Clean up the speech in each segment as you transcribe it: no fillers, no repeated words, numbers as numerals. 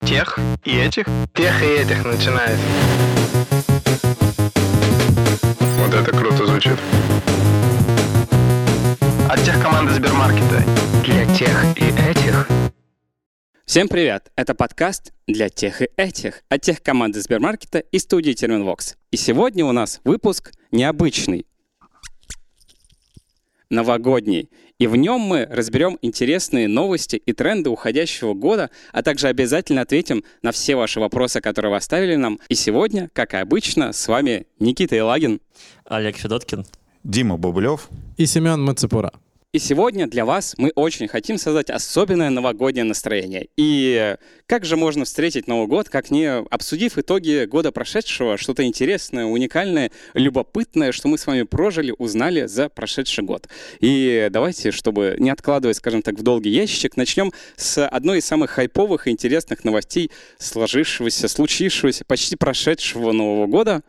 Тех и этих? Тех и этих начинается. Вот это круто звучит. От техкоманды Сбермаркета. Для тех и этих. Всем привет! Это подкаст «Для тех и этих» от техкоманды Сбермаркета и студии Terminvox. И сегодня у нас выпуск необычный, новогодний. И в нем мы разберем интересные новости и тренды уходящего года, а также обязательно ответим на все ваши вопросы, которые вы оставили нам. И сегодня, как и обычно, с вами Никита Елагин, Олег Федоткин, Дима Бобылев и Семен Мацепура. И сегодня для вас мы очень хотим создать особенное новогоднее настроение. И как же можно встретить Новый год, как не обсудив итоги года прошедшего, что-то интересное, уникальное, любопытное, что мы с вами прожили, узнали за прошедший год. И давайте, чтобы не откладывать, скажем так, в долгий ящик, начнем с одной из самых хайповых и интересных новостей случившегося, почти прошедшего Нового года.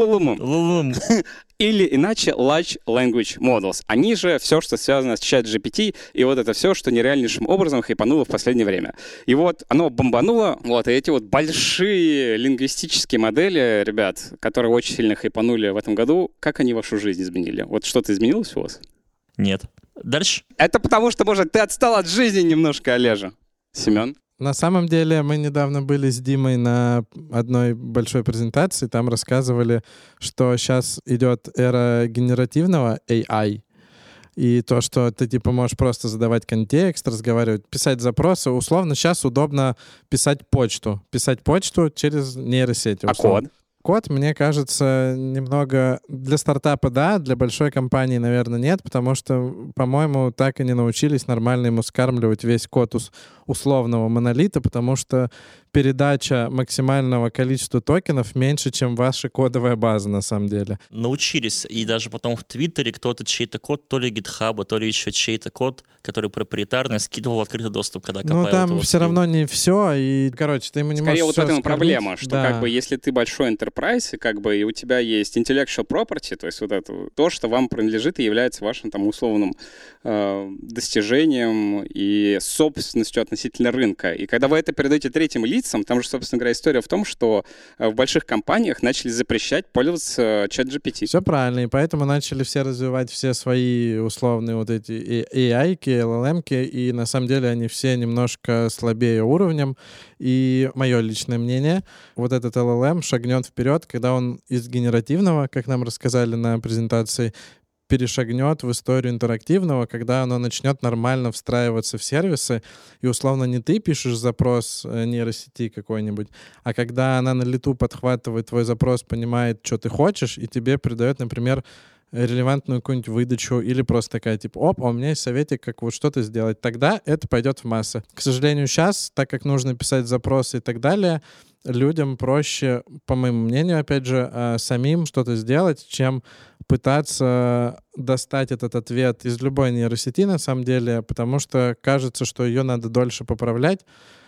Или иначе Large Language Models. Они же все, что связано с ChatGPT, и вот это все, что нереальнейшим образом хайпануло в последнее время. И вот оно бомбануло, вот, и эти вот большие лингвистические модели, ребят, которые очень сильно хайпанули в этом году, как они вашу жизнь изменили? Вот что-то изменилось у вас? Нет. Дальше? Это потому что, может, ты отстал от жизни немножко, Олежа. Семен? На самом деле мы недавно были с Димой на одной большой презентации, там рассказывали, что сейчас идет эра генеративного AI, и то, что ты типа можешь просто задавать контекст, разговаривать, писать запросы. Условно сейчас удобно писать почту через нейросети. А код? Код, мне кажется, немного для стартапа, да, для большой компании, наверное, нет, потому что, по-моему, так и не научились нормально ему скармливать весь код условного монолита, потому что передача максимального количества токенов меньше, чем ваша кодовая база, на самом деле. Научились, и даже потом в Твиттере кто-то чей-то код, то ли GitHub, то ли еще чей-то код, который проприетарный, скидывал в открытый доступ, когда Copilot. Ну, там все равно не все, и, короче, ты ему не скорее можешь вот в этом скормить. проблема, что да. как бы если ты большой enterprise, как бы и у тебя есть intellectual property, то есть вот это то, что вам принадлежит и является вашим там условным достижением и собственностью относительно рынка. И когда вы это передаете третьим лицам, там же, собственно говоря, история в том, что в больших компаниях начали запрещать пользоваться ChatGPT. Все правильно, и поэтому начали все развивать все свои условные вот эти AI-ки, LLM-ки, и на самом деле они все немножко слабее уровнем. И мое личное мнение, вот этот LLM шагнет вперед, когда он из генеративного, как нам рассказали на презентации, перешагнет в историю интерактивного, когда оно начнет нормально встраиваться в сервисы, и условно не ты пишешь запрос нейросети какой-нибудь, а когда она на лету подхватывает твой запрос, понимает, что ты хочешь, и тебе придает, например, релевантную какую-нибудь выдачу, или просто такая, типа, оп, а у меня есть советик, как вот что-то сделать. Тогда это пойдет в массы. К сожалению, сейчас, так как нужно писать запросы и так далее, людям проще, по моему мнению, опять же, самим что-то сделать, чем пытаться достать этот ответ из любой нейросети, на самом деле, потому что кажется, что ее надо дольше поправлять,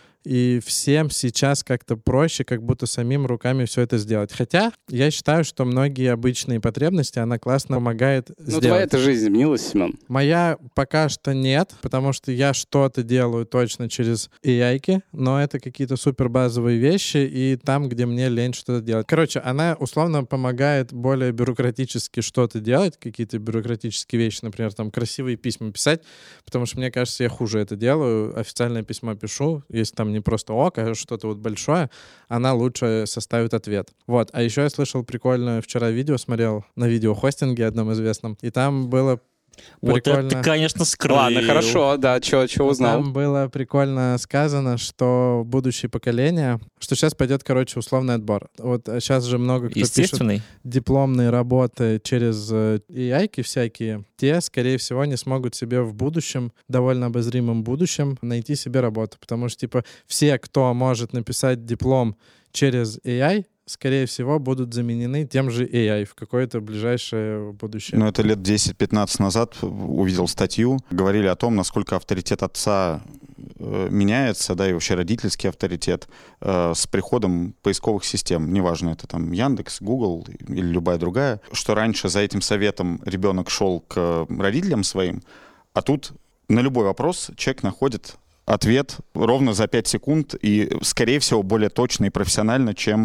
и всем сейчас как-то проще, как будто самим руками все это сделать. Хотя я считаю, что многие обычные потребности она классно помогает сделать. Ну, твоя-то жизнь изменилась, Семен? Моя пока что нет, потому что я что-то делаю точно через AI-ки, но это какие-то супер базовые вещи, и там, где мне лень что-то делать. Короче, она условно помогает более бюрократически что-то делать, какие-то бюрократические вещи, например, там красивые письма писать, потому что мне кажется, я хуже это делаю. Официальное письмо пишу, если там не просто ок, а что-то вот большое, она лучше составит ответ. Вот. А еще я слышал прикольное вчера видео, смотрел на видеохостинге одном известном, и там было прикольно. Вот это ты, конечно, скрыл. Ладно, хорошо, да, что узнал? Там было прикольно сказано, что будущее поколение, что сейчас пойдет, короче, условный отбор. Вот сейчас же много кто пишет дипломные работы через AI-ки всякие. Те, скорее всего, не смогут себе в будущем, довольно обозримом будущем, найти себе работу. Потому что, типа, все, кто может написать диплом через AI, скорее всего, будут заменены тем же AI в какое-то ближайшее будущее. Ну, это лет 10-15 назад увидел статью, говорили о том, насколько авторитет отца меняется, да, и вообще родительский авторитет с приходом поисковых систем. Неважно, это там Яндекс, Google или любая другая. Что раньше за этим советом ребенок шел к родителям своим, а тут на любой вопрос человек находит ответ ровно за 5 секунд и, скорее всего, более точно и профессионально, чем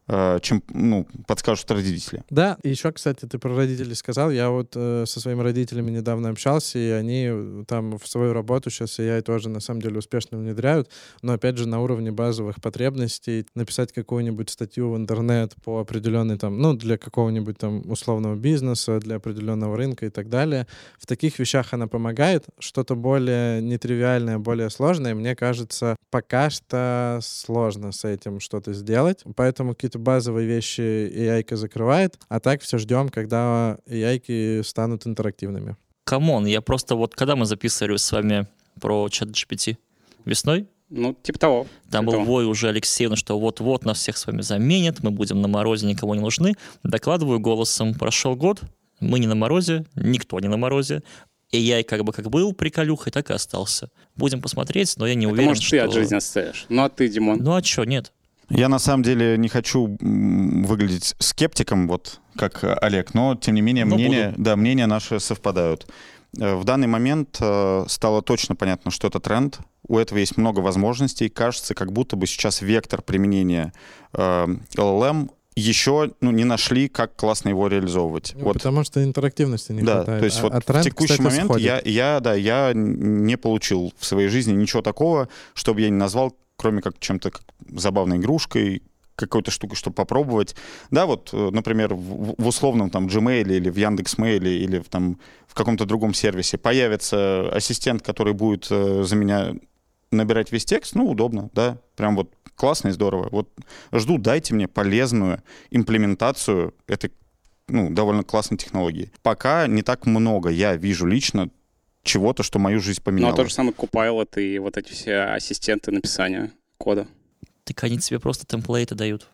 подскажут родители. Да, и еще, кстати, ты про родителей сказал. Я вот со своими родителями недавно общался, и они там в свою работу сейчас AI тоже на самом деле успешно внедряют, но опять же на уровне базовых потребностей написать какую-нибудь статью в интернет по определенной там, для какого-нибудь там условного бизнеса, для определенного рынка и так далее. В таких вещах она помогает. Что-то более нетривиальное, более сложное, мне кажется, пока что сложно с этим что-то сделать, поэтому какие-то базовые вещи AI-ка закрывает, а так все ждем, когда AI-ки станут интерактивными. Камон, я просто когда мы записывали с вами про ChatGPT? Весной? Типа того. Там был вой уже Алексеевна, что вот-вот нас всех с вами заменят, мы будем на морозе, никому не нужны. Докладываю голосом, прошел год, мы не на морозе, никто не на морозе. AI как был приколюхой, так и остался. Будем посмотреть, но я не уверен, может, что... ты от жизни отстаешь. А ты, Димон? А что, нет. Я на самом деле не хочу выглядеть скептиком, как Олег, но тем не менее мнения наши совпадают. В данный момент стало точно понятно, что это тренд. У этого есть много возможностей. Кажется, как будто бы сейчас вектор применения LLM еще не нашли, как классно его реализовывать. Потому что интерактивности не хватает. То есть тренд, в текущий кстати, момент я не получил в своей жизни ничего такого, чтобы я не назвал, кроме как чем-то забавной игрушкой, какой-то штукой, чтобы попробовать. Да, например, в условном там Gmail или в Яндекс.Мейле или в каком-то другом сервисе появится ассистент, который будет за меня набирать весь текст, удобно, да, прям классно и здорово. Жду, дайте мне полезную имплементацию этой, довольно классной технологии. Пока не так много я вижу лично чего-то, что мою жизнь поменяло. То же самое Copilot и эти все ассистенты написания кода. Так они тебе просто темплейты дают.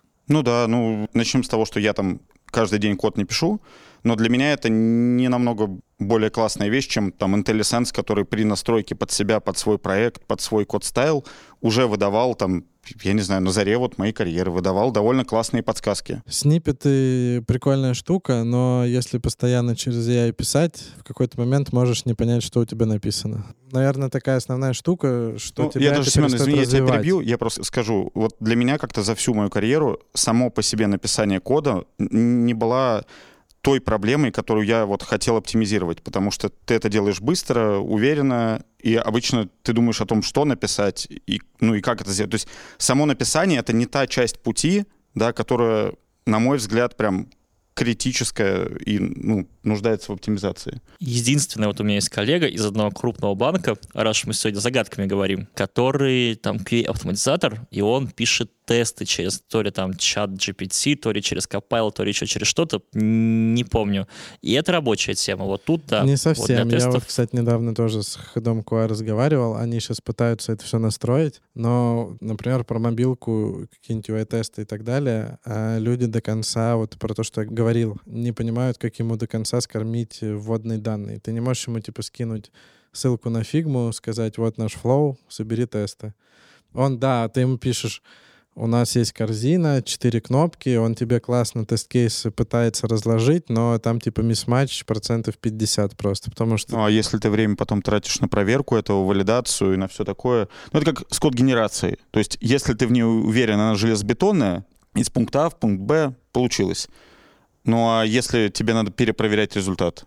Начнем с того, что я там каждый день код не пишу, но для меня это не намного более классная вещь, чем IntelliSense, который при настройке под себя, под свой проект, под свой код-стайл уже выдавал я не знаю, на заре моей карьеры выдавал довольно классные подсказки. Сниппеты — прикольная штука, но если постоянно через AI писать, в какой-то момент можешь не понять, что у тебя написано. Наверное, такая основная штука, что тебя это перестает развивать. Извини, я тебя перебью, я просто скажу. Для меня как-то за всю мою карьеру само по себе написание кода не была той проблемой, которую я хотел оптимизировать, потому что ты это делаешь быстро, уверенно, и обычно ты думаешь о том, что написать, и как это сделать. То есть само написание — это не та часть пути, да, которая, на мой взгляд, прям критическая и нуждается в оптимизации. Единственное, у меня есть коллега из одного крупного банка, раз мы сегодня загадками говорим, который QA-автоматизатор, и он пишет тесты через то ли чат GPT, то ли через Copilot, то ли еще через что-то, не помню. И это рабочая тема. Тут, да. Не совсем. Для тестов... Я кстати, недавно тоже с Ходом QA разговаривал. Они сейчас пытаются это все настроить, но, например, про мобилку, какие-нибудь UI-тесты и так далее, люди до конца, про то, что я говорил, не понимают, как ему до конца скормить вводные данные. Ты не можешь ему, скинуть ссылку на фигму, сказать, вот наш флоу, собери тесты. Ты ему пишешь, у нас есть корзина, 4 кнопки, он тебе классно тест-кейсы пытается разложить, но там мисс-матч 50% просто, потому что... А если ты время потом тратишь на проверку этого, валидацию и на все такое... это как с код-генерацией. То есть если ты в ней уверен, она железобетонная, из пункта А в пункт Б получилось. А если тебе надо перепроверять результат?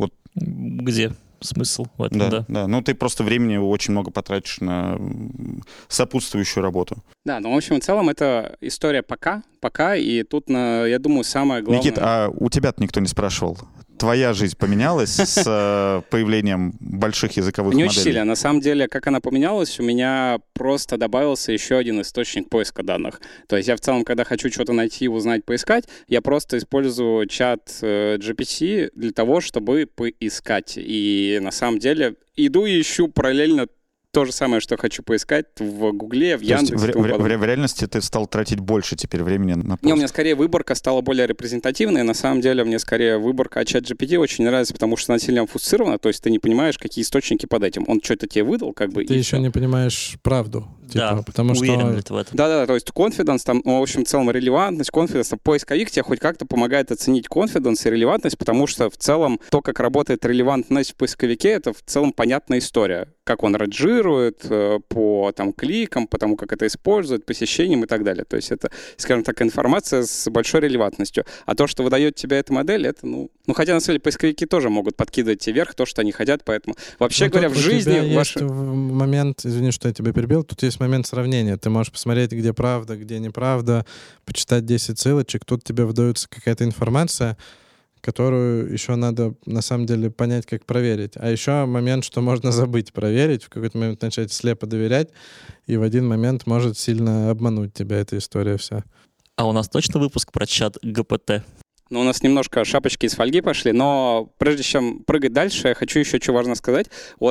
Где смысл в этом, да. Ты просто времени очень много потратишь на сопутствующую работу. Да, в общем, в целом это история пока, и тут, я думаю, самое главное... Никит, а у тебя-то никто не спрашивал? Твоя жизнь поменялась с появлением больших языковых моделей? Не очень сильно. На самом деле, как она поменялась, у меня просто добавился еще один источник поиска данных. То есть я в целом, когда хочу что-то найти, узнать, поискать, я просто использую чат GPT для того, чтобы поискать. И на самом деле иду и ищу параллельно то же самое, что хочу поискать в Гугле, в Яндексе. В реальности ты стал тратить больше теперь времени на поиск? Не, у меня скорее выборка стала более репрезентативной. На самом деле мне скорее выборка от ChatGPT очень нравится, потому что она сильно обфусцирована, то есть ты не понимаешь, какие источники под этим. Он что-то тебе выдал, Ты еще не понимаешь правду. Потому уверен что... в этом. Да, то есть confidence, в общем, в целом релевантность, confidence, поисковик тебе хоть как-то помогает оценить confidence и релевантность, потому что в целом то, как работает релевантность в поисковике, это в целом понятная история. Как он ранжирует, ранжирует по там, кликам, по тому, как это используют, посещениям и так далее. То есть это, скажем так, информация с большой релевантностью. А то, что выдает тебе эта модель, это, хотя, на самом деле, поисковики тоже могут подкидывать тебе вверх то, что они хотят, поэтому, вообще говоря, в жизни... Есть момент, извини, что я тебя перебил, тут есть момент сравнения. Ты можешь посмотреть, где правда, где неправда, почитать 10 ссылочек, тут тебе выдается какая-то информация, которую еще надо, на самом деле, понять, как проверить. А еще момент, что можно забыть проверить, в какой-то момент начать слепо доверять, и в один момент может сильно обмануть тебя эта история вся. А у нас точно выпуск про чат ГПТ? У нас немножко шапочки из фольги пошли, но прежде чем прыгать дальше, я хочу еще что важно сказать.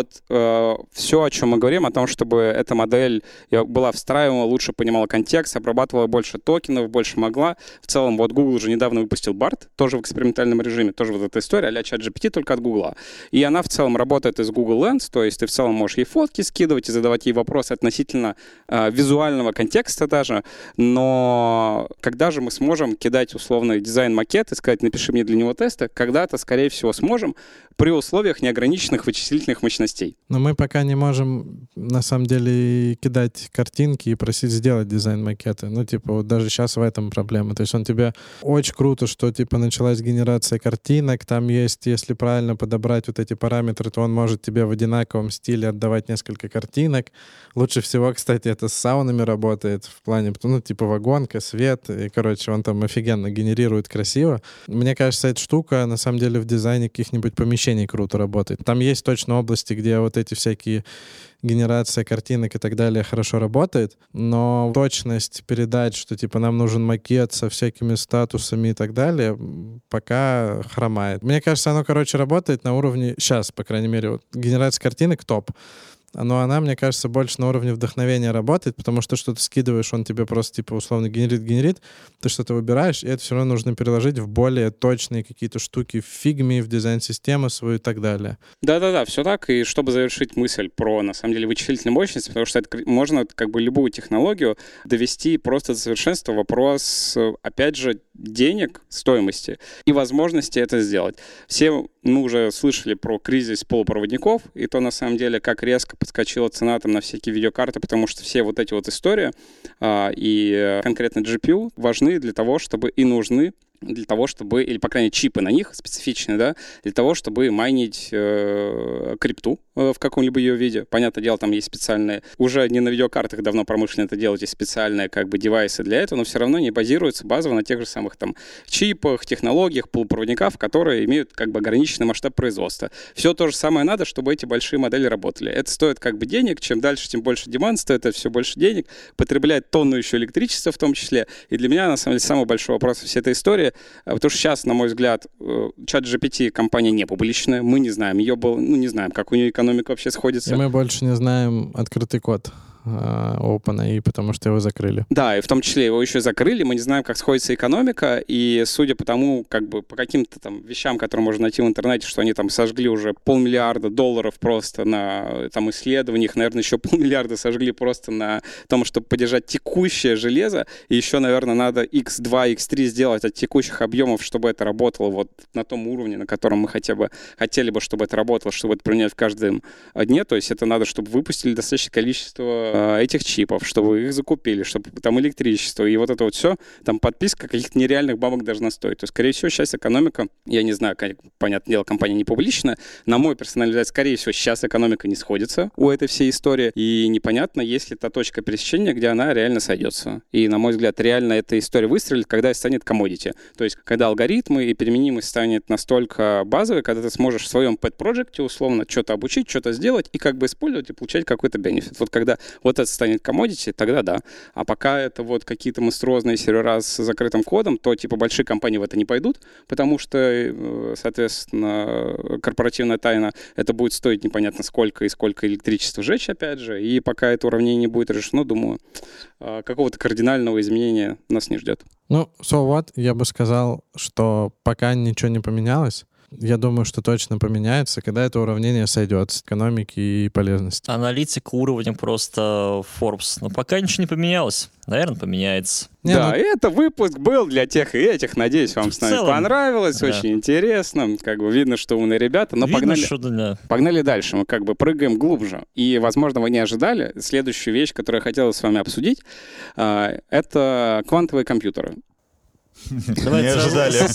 Все, о чем мы говорим, о том, чтобы эта модель была встраиваема, лучше понимала контекст, обрабатывала больше токенов, больше могла. В целом, Google уже недавно выпустил BART, тоже в экспериментальном режиме, тоже эта история, а-ля ChatGPT, только от Google. И она в целом работает из Google Lens, то есть ты в целом можешь ей фотки скидывать и задавать ей вопросы относительно визуального контекста даже, но когда же мы сможем кидать условный дизайн-макет и сказать, напиши мне для него тесты, когда-то, скорее всего, сможем при условиях неограниченных вычислительных мощностей. Но мы пока не можем, на самом деле, кидать картинки и просить сделать дизайн-макеты. Даже сейчас в этом проблема. То есть он тебе... Очень круто, что, началась генерация картинок, там есть, если правильно подобрать вот эти параметры, то он может тебе в одинаковом стиле отдавать несколько картинок. Лучше всего, кстати, это с саунами работает в плане, вагонка, свет, и, он там офигенно генерирует красиво. Мне кажется, эта штука, на самом деле, в дизайне каких-нибудь помещений круто работает. Там есть точно области, где вот эти всякие генерация картинок и так далее хорошо работает, но точность передать, что нам нужен макет со всякими статусами и так далее, пока хромает. Мне кажется, оно, работает на уровне, сейчас, по крайней мере, генерация картинок топ. Но она, мне кажется, больше на уровне вдохновения работает, потому что что-то скидываешь, он тебе просто, условно генерит, ты что-то выбираешь, и это все равно нужно переложить в более точные какие-то штуки в фигме, в дизайн-систему свою и так далее. Да-да-да, все так. И чтобы завершить мысль про, на самом деле, вычислительную мощность, потому что это можно любую технологию довести просто до совершенства. Вопрос, опять же, денег, стоимости и возможности это сделать. Все мы уже слышали про кризис полупроводников, и то, на самом деле, как резко подскочила цена на всякие видеокарты, потому что все вот эти истории и конкретно GPU важны для того, чтобы и нужны для того, чтобы, или, по крайней мере, чипы на них специфичные, да, для того, чтобы майнить крипту в каком-либо ее виде. Понятное дело, там есть специальные, уже не на видеокартах давно промышленно это делать, есть специальные девайсы для этого, но все равно не базируются базово на тех же самых чипах, технологиях, полупроводниках, которые имеют ограниченный масштаб производства. Все то же самое надо, чтобы эти большие модели работали. Это стоит денег, чем дальше, тем больше деманд стоит, это все больше денег, потребляет тонну еще электричества в том числе. И для меня, на самом деле, самый большой вопрос всей этой истории, потому что сейчас, на мой взгляд, ChatGPT компания не публичная, мы не знаем ее, не знаем, как у нее экономика вообще сходится. И мы больше не знаем открытый код OpenAI, потому что его закрыли. Да, и в том числе его еще закрыли, мы не знаем, как сходится экономика, и судя по тому, по каким-то вещам, которые можно найти в интернете, что они сожгли уже $500 миллиарда просто на исследованиях, наверное, еще $500 миллиарда сожгли просто на том, чтобы поддержать текущее железо, и еще, наверное, надо X2, X3 сделать от текущих объемов, чтобы это работало на том уровне, на котором мы хотели бы, чтобы это работало, чтобы это применять в каждом дне, то есть это надо, чтобы выпустили достаточное количество этих чипов, чтобы их закупили, чтобы электричество, и это все, подписка каких-то нереальных бабок должна стоить. То есть, скорее всего, сейчас экономика, я не знаю, понятное дело, компания не публичная, на мой персональный взгляд, скорее всего, сейчас экономика не сходится у этой всей истории, и непонятно, есть ли та точка пересечения, где она реально сойдется. И, на мой взгляд, реально эта история выстрелит, когда станет commodity. То есть, когда алгоритмы и применимость станет настолько базовой, когда ты сможешь в своем pet-проекте условно что-то обучить, что-то сделать и использовать и получать какой-то бенефит. Когда это станет commodity, тогда да. А пока это какие-то монструозные сервера с закрытым кодом, то большие компании в это не пойдут, потому что, соответственно, корпоративная тайна, это будет стоить непонятно сколько и сколько электричества сжечь, опять же, и пока это уравнение не будет решено, думаю, какого-то кардинального изменения нас не ждет. Я бы сказал, что пока ничего не поменялось. Я думаю, что точно поменяется, когда это уравнение сойдет с экономики и полезности. Аналитика уровня просто Forbes. Но пока ничего не поменялось. Наверное, поменяется. Да, и это выпуск был для тех и этих. Надеюсь, вам с нами понравилось. Да. Очень интересно. Как бы видно, что умные ребята. Но Видно, погнали, погнали дальше. Мы как бы прыгаем глубже. И, возможно, вы не ожидали. Следующую вещь, которую я хотел с вами обсудить, это квантовые компьютеры. Давайте Не ожидали.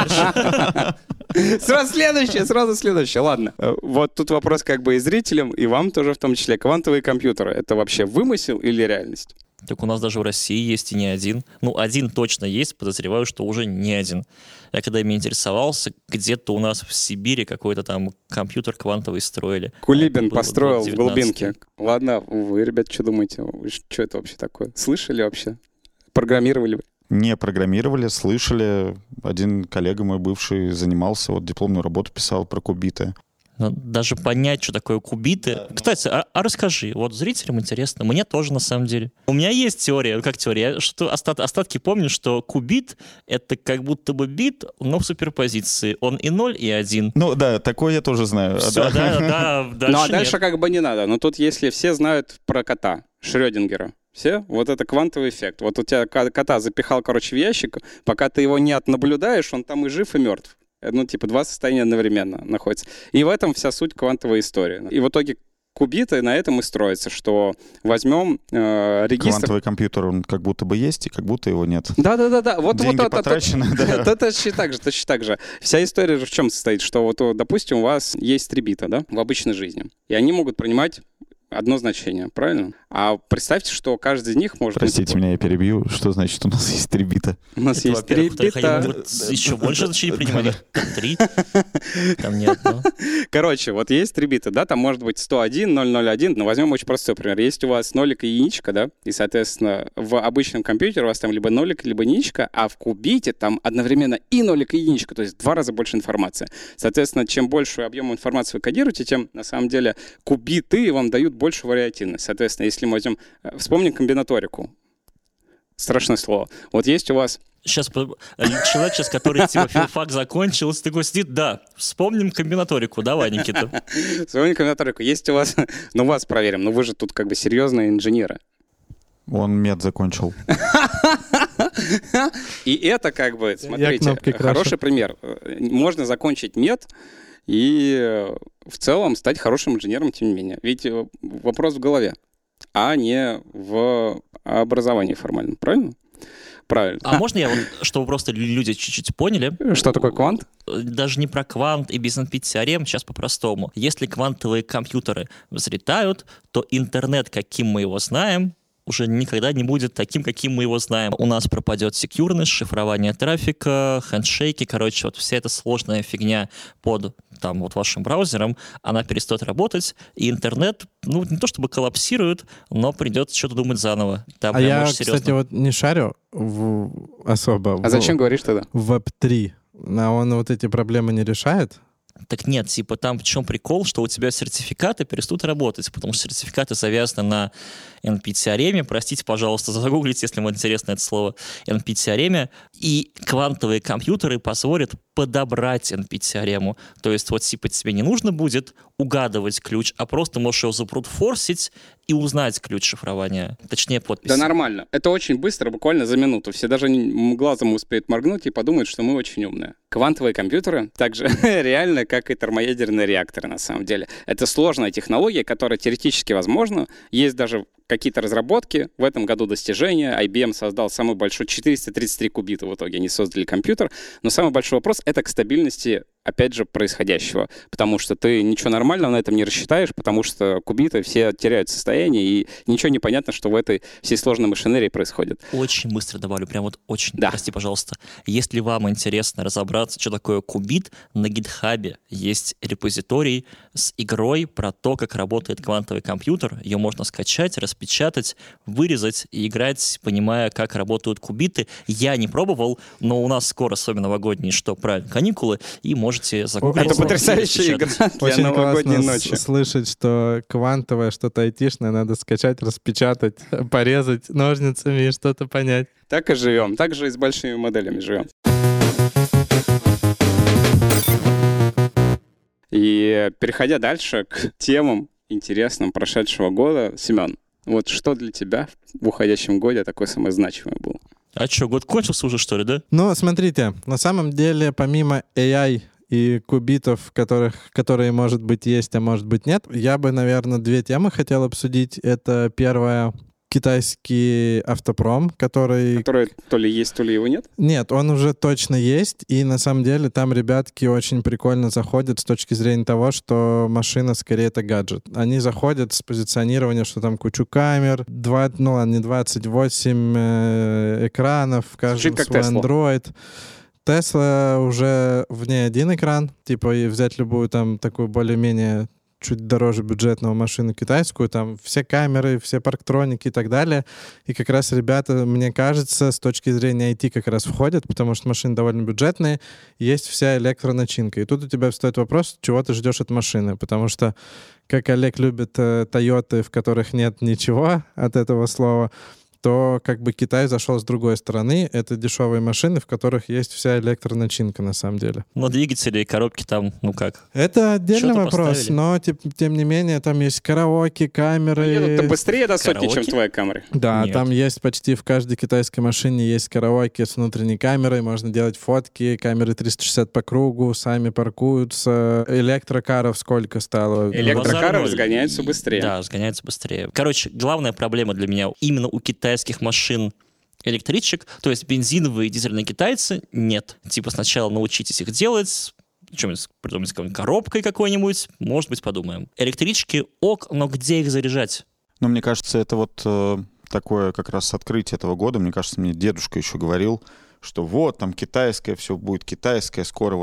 Сразу следующее. Ладно. Вот тут вопрос как бы и зрителям, и вам тоже в том числе. Квантовые компьютеры — это вообще вымысел или реальность? Так у нас даже в России есть и не один. Ну, один точно есть, подозреваю, что уже не один. Я когда ими интересовался, где-то у нас в Сибири какой-то там компьютер квантовый строили. Кулибин построил в 19-й. глубинке. Ладно, вы, ребят, что думаете? Что это вообще такое? Слышали вообще? Программировали вы? Не программировали, слышали. Один коллега мой бывший занимался, вот дипломную работу писал про кубиты. Но даже понять, что такое кубиты. Да, кстати, а расскажи, вот зрителям интересно, мне тоже на самом деле. У меня есть теория, как теория, я что остатки помню, что кубит — это как будто бы бит, но в суперпозиции. Он и 0, и 1. Ну да, такое я тоже знаю. Все, да, дальше Ну а дальше нет. как бы не надо. Но тут если все знают про кота Шрёдингера, все, вот это квантовый эффект. Вот у тебя кота запихал, короче, в ящик, пока ты его не отнаблюдаешь, он там и жив, и мертв. Ну, типа, два состояния одновременно находятся. И в этом вся суть квантовой истории. И в итоге кубиты на этом и строятся, что возьмем регистр... Квантовый компьютер, он как будто бы есть, и как будто его нет. Да. Вот, деньги потрачены, да. Точно так же. Вся история в чем состоит? Что вот, допустим, у вас есть 3 бита, да, в обычной жизни. И они могут принимать одно значение, правильно? А представьте, что каждый из них может... Простите меня, я перебью. Что значит, у нас есть 3 бита? У нас есть 3 бита. Еще больше значений принимали? 3? Там не одно. Короче, вот есть 3 бита, да, там может быть 101, 001, но возьмем очень простой пример. Есть у вас нолик и единичка, да, и, соответственно, в обычном компьютере у вас там либо нолик, либо единичка, а в кубите там одновременно и нолик, и единичка, то есть в 2 раза больше информации. Соответственно, чем больше объем информации вы кодируете, тем, на самом деле, кубиты вам дают больше вариативность. Соответственно, если мы возьмем... Вспомним комбинаторику. Страшное слово. Вот есть у вас... Сейчас человек, который типа филфак закончил, такой сидит, да, вспомним комбинаторику. Давай, Никита. Вспомним комбинаторику. Есть у вас... Ну, вас проверим. Ну, вы же тут как бы серьезные инженеры. Он мед закончил. И это как бы, смотрите, хороший пример. Можно закончить мед и в целом стать хорошим инженером, тем не менее. Ведь вопрос в голове, а не в образовании формальном. Правильно? Правильно. А можно я, чтобы просто люди чуть-чуть поняли? Что такое квант? Даже не про квант и без NP-теорем, сейчас по-простому. Если квантовые компьютеры взлетают, то интернет, каким мы его знаем, уже никогда не будет таким, каким мы его знаем. У нас пропадет секьюрность, шифрование трафика, хендшейки, короче, вот вся эта сложная фигня под там вот вашим браузером, она перестает работать, и интернет, ну, не то чтобы коллапсирует, но придется что-то думать заново. Там а я, кстати, вот не шарю особо. А зачем говоришь тогда? В Web3. А он вот эти проблемы не решает? Так нет, типа там в чем прикол, что у тебя сертификаты перестают работать, потому что сертификаты завязаны на NP-теореме, простите, пожалуйста, загуглите, если вам интересно это слово, NP-теореме, и квантовые компьютеры позволят подобрать NP-теорему. То есть вот типа тебе не нужно будет угадывать ключ, а просто можешь его забрутфорсить и узнать ключ шифрования, точнее подпись. Да нормально. Это очень быстро, буквально за минуту. Все даже глазом успеют моргнуть и подумают, что мы очень умные. Квантовые компьютеры также реально, как и термоядерные реакторы на самом деле. Это сложная технология, которая теоретически возможна. Есть даже какие-то разработки. В этом году достижения. IBM создал самый большой 433 кубита в итоге. Они создали компьютер. Но самый большой вопрос — это к стабильности, опять же, происходящего. Потому что ты ничего нормального на этом не рассчитаешь, потому что кубиты все теряют состояние, и ничего не понятно, что в этой всей сложной машинерии происходит. Очень быстро добавлю, прям вот очень. Да. Прости, пожалуйста. Если вам интересно разобраться, что такое кубит, на GitHub есть репозиторий с игрой про то, как работает квантовый компьютер. Ее можно скачать, распечатать, вырезать и играть, понимая, как работают кубиты. Я не пробовал, но у нас скоро, особенно новогодние, что правильно, каникулы, и можете загуглить. Это потрясающая игра для очень новогодней классно ночи. слышать, что квантовое, что-то айтишное надо скачать, распечатать, порезать ножницами и что-то понять. Так и живем. Так же и с большими моделями живем. И переходя дальше к темам интересным прошедшего года, Семен, вот что для тебя в уходящем годе такое самое значимое было? А что, год кончился уже, что ли, да? Ну, смотрите, на самом деле, помимо AI и кубитов, которые, может быть, есть, а может быть, нет, я бы, наверное, две темы хотел обсудить. Это первая — китайский автопром, который То ли есть, то ли его нет? Нет, он уже точно есть, и на самом деле там ребятки очень прикольно заходят с точки зрения того, что машина скорее это гаджет. Они заходят с позиционирования, что там кучу камер, 28 экранов, в каждом как свой Tesla. Android. Тесла уже в ней один экран, типа и взять любую там такую более-менее чуть дороже бюджетную машину китайскую, там все камеры, все парктроники и так далее. И как раз ребята, мне кажется, с точки зрения IT как раз входят, потому что машины довольно бюджетные, есть вся электроначинка. И тут у тебя встает вопрос, чего ты ждешь от машины, потому что, как Олег любит Тойоты, в которых нет ничего от этого слова, то как бы Китай зашел с другой стороны. Это дешевые машины, в которых есть вся электроначинка на самом деле. Но двигатели и коробки там, ну как? Это отдельный Что-то вопрос, поставили? но тем не менее там есть караоке, камеры. Едут-то быстрее до сотни, чем Караоке? твоя камера. Да, Нет. там есть почти в каждой китайской машине есть караоке с внутренней камерой, можно делать фотки, камеры 360 по кругу, сами паркуются. Электрокаров сколько стало? Электрокары Базар ноль. разгоняются быстрее. Да, разгоняются быстрее. Короче, главная проблема для меня именно у китайских машин электричек, то есть бензиновые и дизельные китайцы, нет. Типа сначала научитесь их делать, что-нибудь придумать, коробкой какой-нибудь, может быть, подумаем. Электрички ок, но где их заряжать? Но мне кажется, это вот такое как раз открытие этого года. Мне кажется, мне дедушка еще говорил, что вот, там китайское, все будет китайское, скоро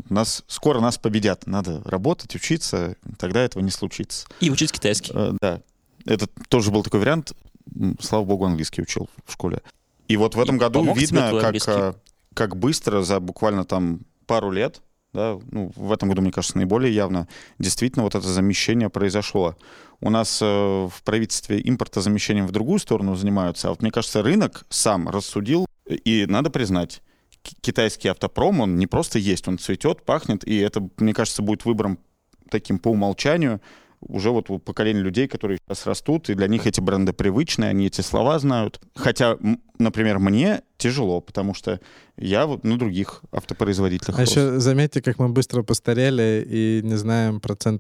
скоро нас победят. Надо работать, учиться, тогда этого не случится. И учить китайский. Да, это тоже был такой вариант. Слава богу, английский учил в школе. И вот в этом году помог тебе видно, твой английский? как быстро за буквально там пару лет, да, ну, в этом году, мне кажется, наиболее явно, действительно вот это замещение произошло. У нас в правительстве импортозамещением в другую сторону занимаются, а вот мне кажется, рынок сам рассудил, и надо признать, китайский автопром, он не просто есть, он цветет, пахнет, и это, мне кажется, будет выбором таким по умолчанию уже вот у поколения людей, которые сейчас растут, и для них эти бренды привычные, они эти слова знают. Хотя, например, мне тяжело, потому что я вот на других автопроизводителях А рос. еще заметьте, как мы быстро постарели и не знаем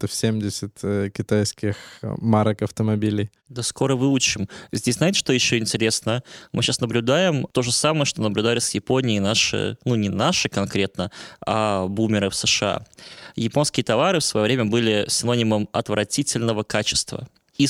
70% китайских марок автомобилей. Да скоро выучим. Здесь знаете, что еще интересно? Мы сейчас наблюдаем то же самое, что наблюдали с Японией наши, ну не наши конкретно, а бумеры в США. Японские товары в свое время были синонимом отвратительного качества. И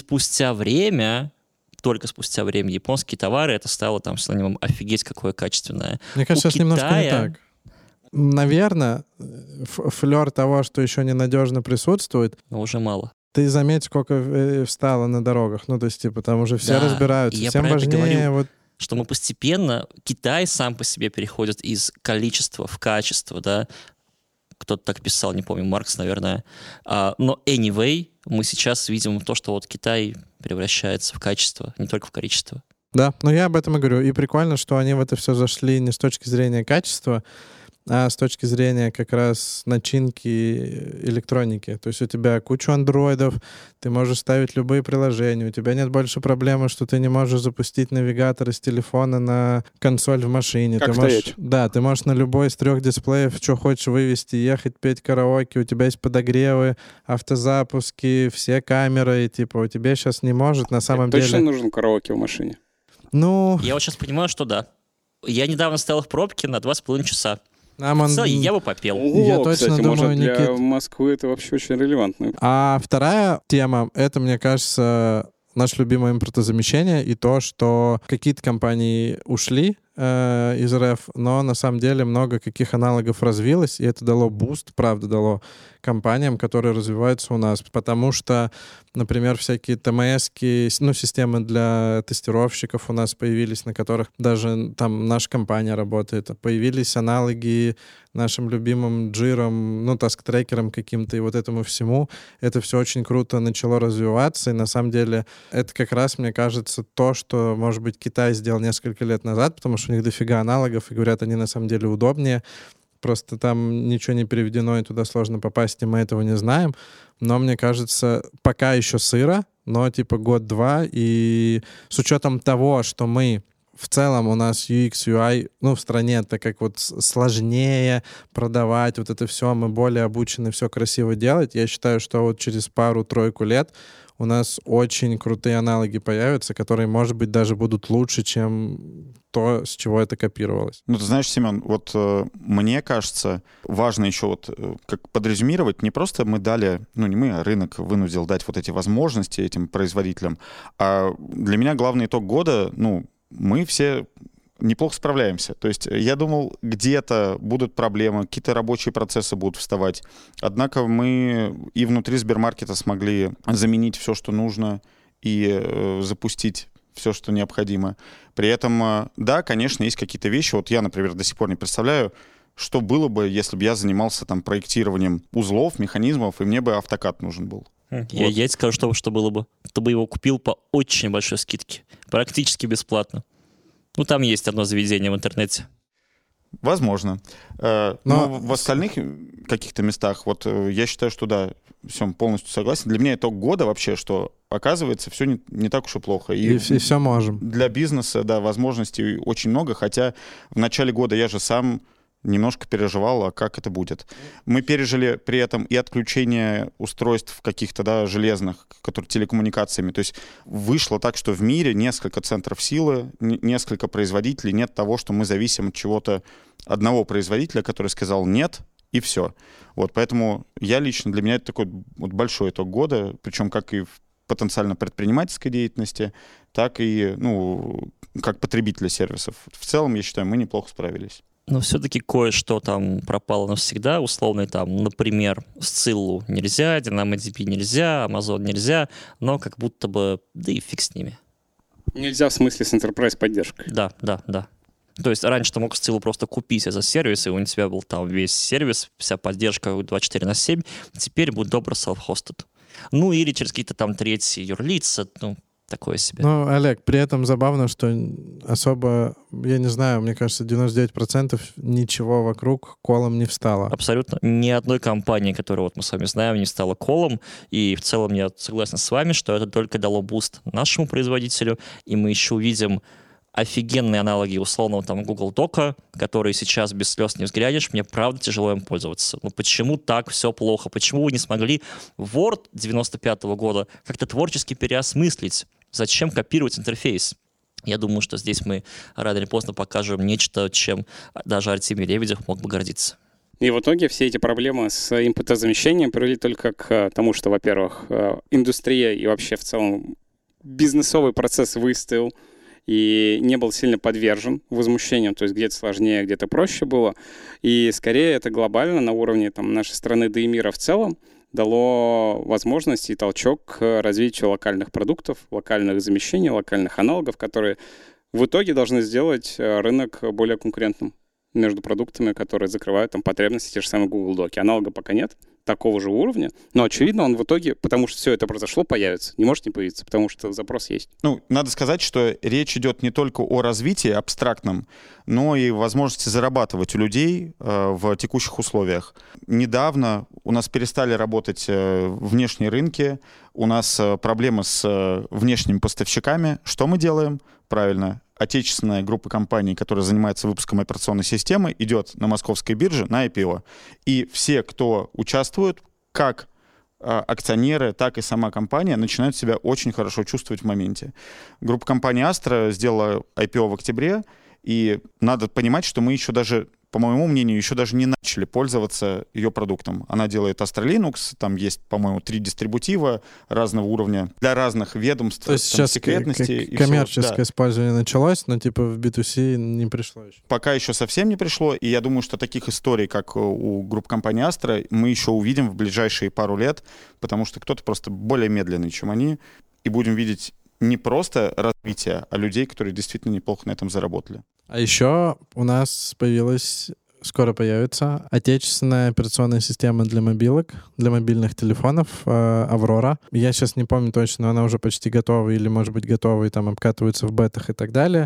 только спустя время японские товары это стало там синонимом офигеть какое качественное. Мне кажется, У сейчас немножко не Китая- так. Наверное, флер того, что еще ненадежно присутствует, Но уже мало. ты заметь, сколько встало на дорогах. Ну, то есть, типа, там уже все Да, разбираются. и я Всем про это важнее говорю. вот Что мы постепенно, Китай сам по себе переходит из количества в качество, да. Кто-то так писал, не помню, Маркс, наверное. Но anyway, мы сейчас видим то, что вот Китай превращается в качество, не только в количество. Да, но я об этом и говорю. И прикольно, что они в это все зашли не с точки зрения качества, а с точки зрения как раз начинки электроники. То есть у тебя куча андроидов, ты можешь ставить любые приложения, у тебя нет больше проблемы, что ты не можешь запустить навигатор из телефона на консоль в машине. Как ты можешь, стоять. да, ты можешь на любой из 3 дисплеев, что хочешь вывести, ехать, петь караоке, у тебя есть подогревы, автозапуски, все камеры, и типа у тебя сейчас не может на самом Точно деле... нужен караоке в машине? Ну, Я вот сейчас понимаю, что да. Я недавно стоял в пробке на 2,5 часа. нам он... Я бы попел. Я О, точно кстати, думаю, может, для Никит- Москвы это вообще очень релевантно. А вторая тема, это, мне кажется, наше любимое импортозамещение и то, что какие-то компании ушли из РФ, но на самом деле много каких аналогов развилось, и это дало буст, правда, дало компаниям, которые развиваются у нас, потому что, например, всякие ТМС-ки, ну, системы для тестировщиков у нас появились, на которых даже там наша компания работает, появились аналоги нашим любимым джирам, ну, таск-трекерам каким-то и вот этому всему. Это все очень круто начало развиваться, и на самом деле это как раз, мне кажется, то, что, может быть, Китай сделал несколько лет назад, потому что у них дофига аналогов, и говорят, они на самом деле удобнее. просто там ничего не переведено, и туда сложно попасть, и мы этого не знаем. Но мне кажется, пока еще сыро, но типа год-два, и с учетом того, что мы в целом у нас UX, UI, в стране, так как вот сложнее продавать вот это все, мы более обучены все красиво делать, я считаю, что вот через пару-тройку лет у нас очень крутые аналоги появятся, которые, может быть, даже будут лучше, чем то, с чего это копировалось. Ты знаешь, Семен, вот мне кажется, важно еще вот как подрезюмировать, не просто мы дали, не мы, а рынок вынудил дать вот эти возможности этим производителям, а для меня главный итог года, мы все неплохо справляемся. То есть я думал, где-то будут проблемы, какие-то рабочие процессы будут вставать. Однако мы и внутри Сбермаркета смогли заменить все, что нужно, и запустить все, что необходимо. При этом, да, конечно, есть какие-то вещи. Вот я, например, до сих пор не представляю, что было бы, если бы я занимался там проектированием узлов, механизмов, и мне бы автокад нужен был. Я тебе скажу, что было бы. Ты бы его купил по очень большой скидке. Практически бесплатно. Там есть одно заведение в интернете. Возможно. Но в остальных каких-то местах, я считаю, что да, все, полностью согласен. Для меня итог года вообще, что оказывается, все не так уж и плохо. И все можем. Для бизнеса, да, возможностей очень много, хотя в начале года я же сам немножко переживал, а как это будет. Мы пережили при этом и отключение устройств каких-то, да, железных, которые телекоммуникациями. То есть вышло так, что в мире несколько центров силы, несколько производителей. Нет того, что мы зависим от чего-то одного производителя, который сказал «нет», и все. Поэтому для меня это такой большой итог года, причем как и в потенциально предпринимательской деятельности, так и, как потребителя сервисов. В целом, я считаю, мы неплохо справились. Но все-таки кое-что там пропало навсегда, условно, например, Scylla нельзя, DynamoDB нельзя, Amazon нельзя, но как будто бы, да и фиг с ними. Нельзя в смысле с Enterprise поддержкой. Да. То есть раньше ты мог Scylla просто купить за сервис, и у тебя был там весь сервис, вся поддержка 24/7, теперь будет добро self-hosted. Или через какие-то там третьи юрлица, такое себе. Олег, при этом забавно, что особо, я не знаю, мне кажется, 99% ничего вокруг колом не встало. Абсолютно. Ни одной компании, которую мы с вами знаем, не стала колом. И в целом я согласен с вами, что это только дало буст нашему производителю. И мы еще увидим офигенные аналоги условного Google Дока, которые сейчас без слез не взглянешь. Мне правда тяжело им пользоваться. Почему так все плохо? Почему вы не смогли Word 95-го года как-то творчески переосмыслить? Зачем копировать интерфейс? Я думаю, что здесь мы рано или поздно покажем нечто, чем даже Артемий Лебедев мог бы гордиться. И в итоге все эти проблемы с импортозамещением привели только к тому, что, во-первых, индустрия и вообще в целом бизнесовый процесс выстоял и не был сильно подвержен возмущениям, то есть где-то сложнее, где-то проще было. И скорее это глобально на уровне нашей страны, да и мира в целом, дало возможность и толчок к развитию локальных продуктов, локальных замещений, локальных аналогов, которые в итоге должны сделать рынок более конкурентным между продуктами, которые закрывают потребности те же самые Google Доки. Аналога пока нет такого же уровня, но, очевидно, он в итоге, потому что все это произошло, появится. Не может не появиться, потому что запрос есть. Надо сказать, что речь идет не только о развитии абстрактном, но и возможности зарабатывать у людей в текущих условиях. Недавно у нас перестали работать внешние рынки, у нас проблемы с внешними поставщиками. Что мы делаем? Правильно. Отечественная группа компаний, которая занимается выпуском операционной системы, идет на московской бирже на IPO. И все, кто участвует, как акционеры, так и сама компания, начинают себя очень хорошо чувствовать в моменте. Группа компаний Astra сделала IPO в октябре, и надо понимать, что мы еще даже, по моему мнению, еще даже не начали пользоваться ее продуктом. Она делает Astra Linux, там есть, по-моему, 3 дистрибутива разного уровня для разных ведомств. То есть сейчас коммерческое использование началось, но в B2C не пришло еще. Пока еще совсем не пришло, и я думаю, что таких историй, как у группы компании Astra, мы еще увидим в ближайшие пару лет, потому что кто-то просто более медленный, чем они, и будем видеть не просто развитие, а людей, которые действительно неплохо на этом заработали. А еще у нас скоро появится отечественная операционная система для мобилок, для мобильных телефонов «Аврора». Я сейчас не помню точно, но она уже почти готова или, может быть, готова, и там обкатывается в бетах и так далее.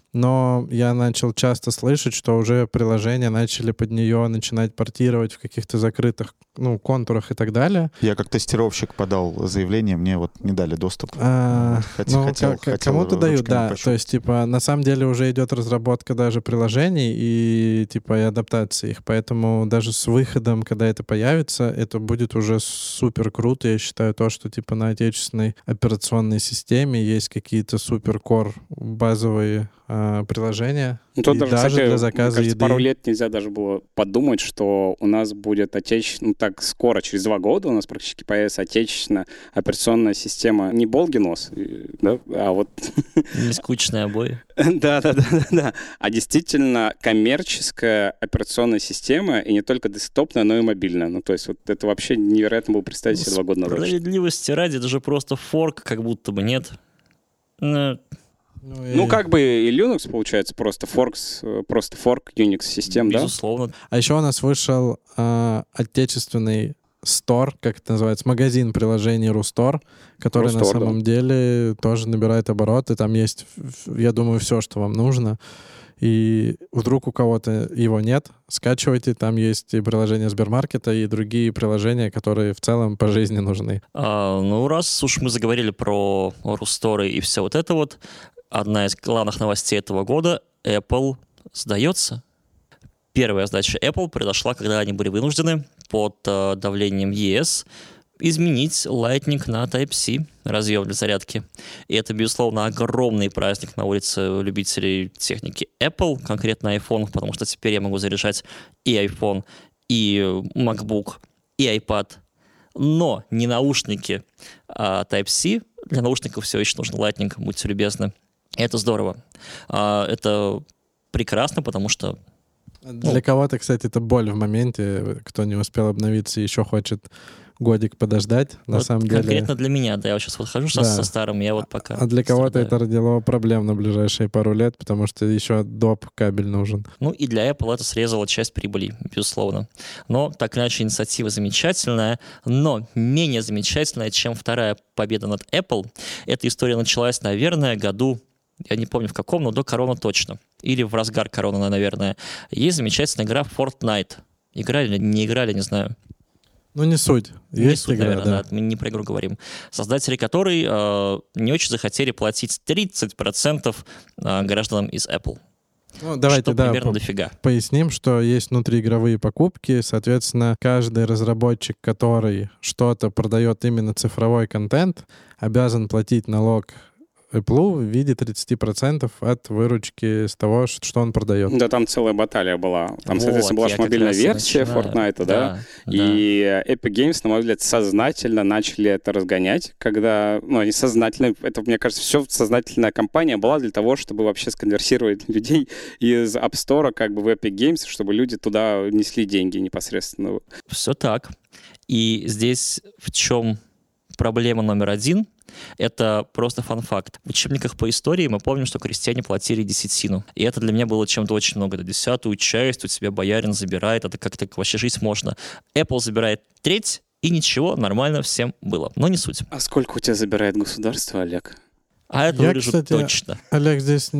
но я начал часто слышать, что уже приложения начали под нее начинать портировать в каких-то закрытых контурах и так далее. Я как тестировщик подал заявление, мне вот не дали доступ. Кому-то дают, да. То есть, типа, на самом деле уже идет разработка даже приложений и, типа, и адаптации их. Поэтому даже с выходом, когда это появится, это будет уже супер круто. Я считаю то, что, типа, на отечественной операционной системе есть какие-то супер-кор базовые приложения. Тут даже, даже кстати, для заказа мне кажется, еды. пару лет нельзя даже было подумать, что у нас будет так скоро, через 2 года у нас практически появится отечественная операционная система. Не Болгинос, да, а вот... Не скучные обои. Да. А действительно коммерческая операционная система, и не только десктопная, но и мобильная. Ну, то есть вот это вообще невероятно было представить себе 2 года назад. Справедливости ради, это же просто форк, как будто бы нет. Как бы и Linux, получается, просто форк Unix-систем, да? Безусловно. А еще у нас вышел отечественный Store, как это называется, магазин приложений RuStore, который на самом деле тоже набирает обороты. Там есть, я думаю, все, что вам нужно. И вдруг у кого-то его нет, скачивайте. Там есть и приложения Сбермаркета, и другие приложения, которые в целом по жизни нужны. Раз уж мы заговорили про RuStore и все вот это вот, одна из главных новостей этого года — Apple сдается. Первая сдача Apple произошла, когда они были вынуждены под давлением ЕС изменить Lightning на Type-C, разъем для зарядки. И это, безусловно, огромный праздник на улице любителей техники Apple, конкретно iPhone, потому что теперь я могу заряжать и iPhone, и MacBook, и iPad, но не наушники, а Type-C. Для наушников все еще нужен Lightning, будьте любезны. Это здорово. Это прекрасно, потому что... Для кого-то, кстати, это боль в моменте. Кто не успел обновиться и еще хочет годик подождать, на самом деле... Конкретно для меня, да. Я вот сейчас вот хожу со старым, я вот пока... А для кого-то страдаю. это родило проблем на ближайшие пару лет, потому что еще доп. Кабель нужен. И для Apple это срезало часть прибыли, безусловно. Но, так или иначе, инициатива замечательная, но менее замечательная, чем вторая победа над Apple. Эта история началась, наверное, году, я не помню в каком, но до короны точно. Или в разгар короны, наверное. Есть замечательная игра Fortnite. Играли или не играли, не знаю. Не суть. Есть суть, игра, наверное, да. Мы не про игру говорим. Создатели которой не очень захотели платить 30% гражданам из Apple. Давайте, что примерно дофига. Поясним, что есть внутриигровые покупки. Соответственно, каждый разработчик, который что-то продает именно цифровой контент, обязан платить налог Apple в виде 30% от выручки с того, что он продает. Да, там целая баталия была. Там, соответственно, была же мобильная версия Fortnite, да? И Epic Games, на мой взгляд, сознательно начали это разгонять, когда... они сознательно... Это, мне кажется, все сознательная кампания была для того, чтобы вообще сконверсировать людей из App Store как бы в Epic Games, чтобы люди туда несли деньги непосредственно. Все так. И здесь в чем проблема номер один? Это просто фан-факт. В учебниках по истории мы помним, что крестьяне платили десятину. И это для меня было чем-то очень много. Это 10-ю часть у тебя боярин забирает. Это как-то вообще жить можно. Apple забирает треть, и ничего, нормально всем было. Но не суть. А сколько у тебя забирает государство, Олег? А это вырежу точно. Олег, здесь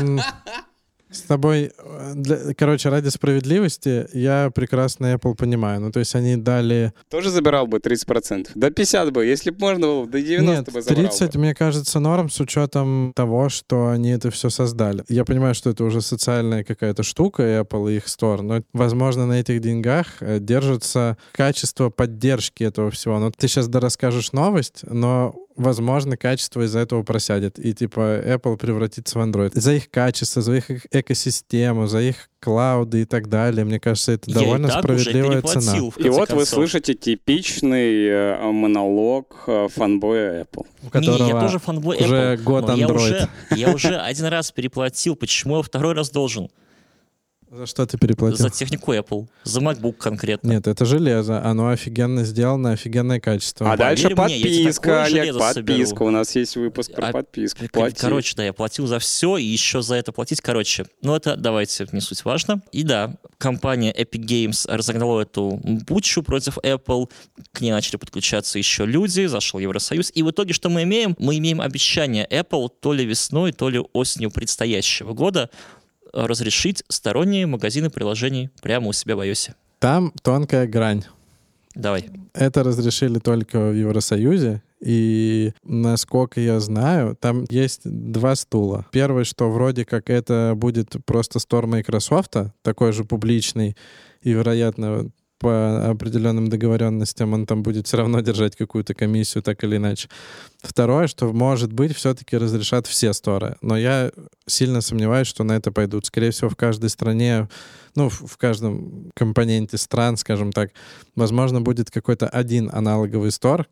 с тобой... ради справедливости я прекрасно Apple понимаю. То есть они дали... Тоже забирал бы 30%. До 50 бы, если бы можно было, до 90 бы забрал. 30, бы. мне кажется, норм с учетом того, что они это все создали. Я понимаю, что это уже социальная какая-то штука, Apple и их Store, но, возможно, на этих деньгах держится качество поддержки этого всего. Ты сейчас расскажешь новость, но возможно, качество из-за этого просядет. И Apple превратится в Android. За их качество, за их экосистему, за их клауды и так далее. Мне кажется, это довольно справедливая цена. И вот вы слышите типичный монолог фанбоя Apple. У которого я тоже фанбой уже Apple, год Android. Я уже один раз переплатил. Почему я второй раз должен? За что ты переплатил? За технику Apple, за MacBook конкретно. Нет, это железо. Оно офигенно сделано, офигенное качество. А дальше Поверь мне, я тебе подписка, такое Олег, железо подписка. соберу. У нас есть выпуск про подписку. Плати. Короче, да, я платил за все, и еще за это платить. Короче, ну это, давайте, не суть важно. И да, компания Epic Games разогнала эту бучу против Apple. К ней начали подключаться еще люди, зашел Евросоюз. И в итоге что мы имеем? Мы имеем обещание Apple то ли весной, то ли осенью предстоящего года разрешить сторонние магазины приложений прямо у себя в iOS. Там тонкая грань. Давай. Это разрешили только в Евросоюзе, и, насколько я знаю, там есть два стула. Первый, что вроде как это будет просто стор Microsoft, такой же публичный, и, вероятно, по определенным договоренностям он там будет все равно держать какую-то комиссию, так или иначе. Второе, что, может быть, все-таки разрешат все сторы. Но я сильно сомневаюсь, что на это пойдут. Скорее всего, в каждой стране, ну, в каждом компоненте стран, скажем так, возможно, будет какой-то один аналоговый стор,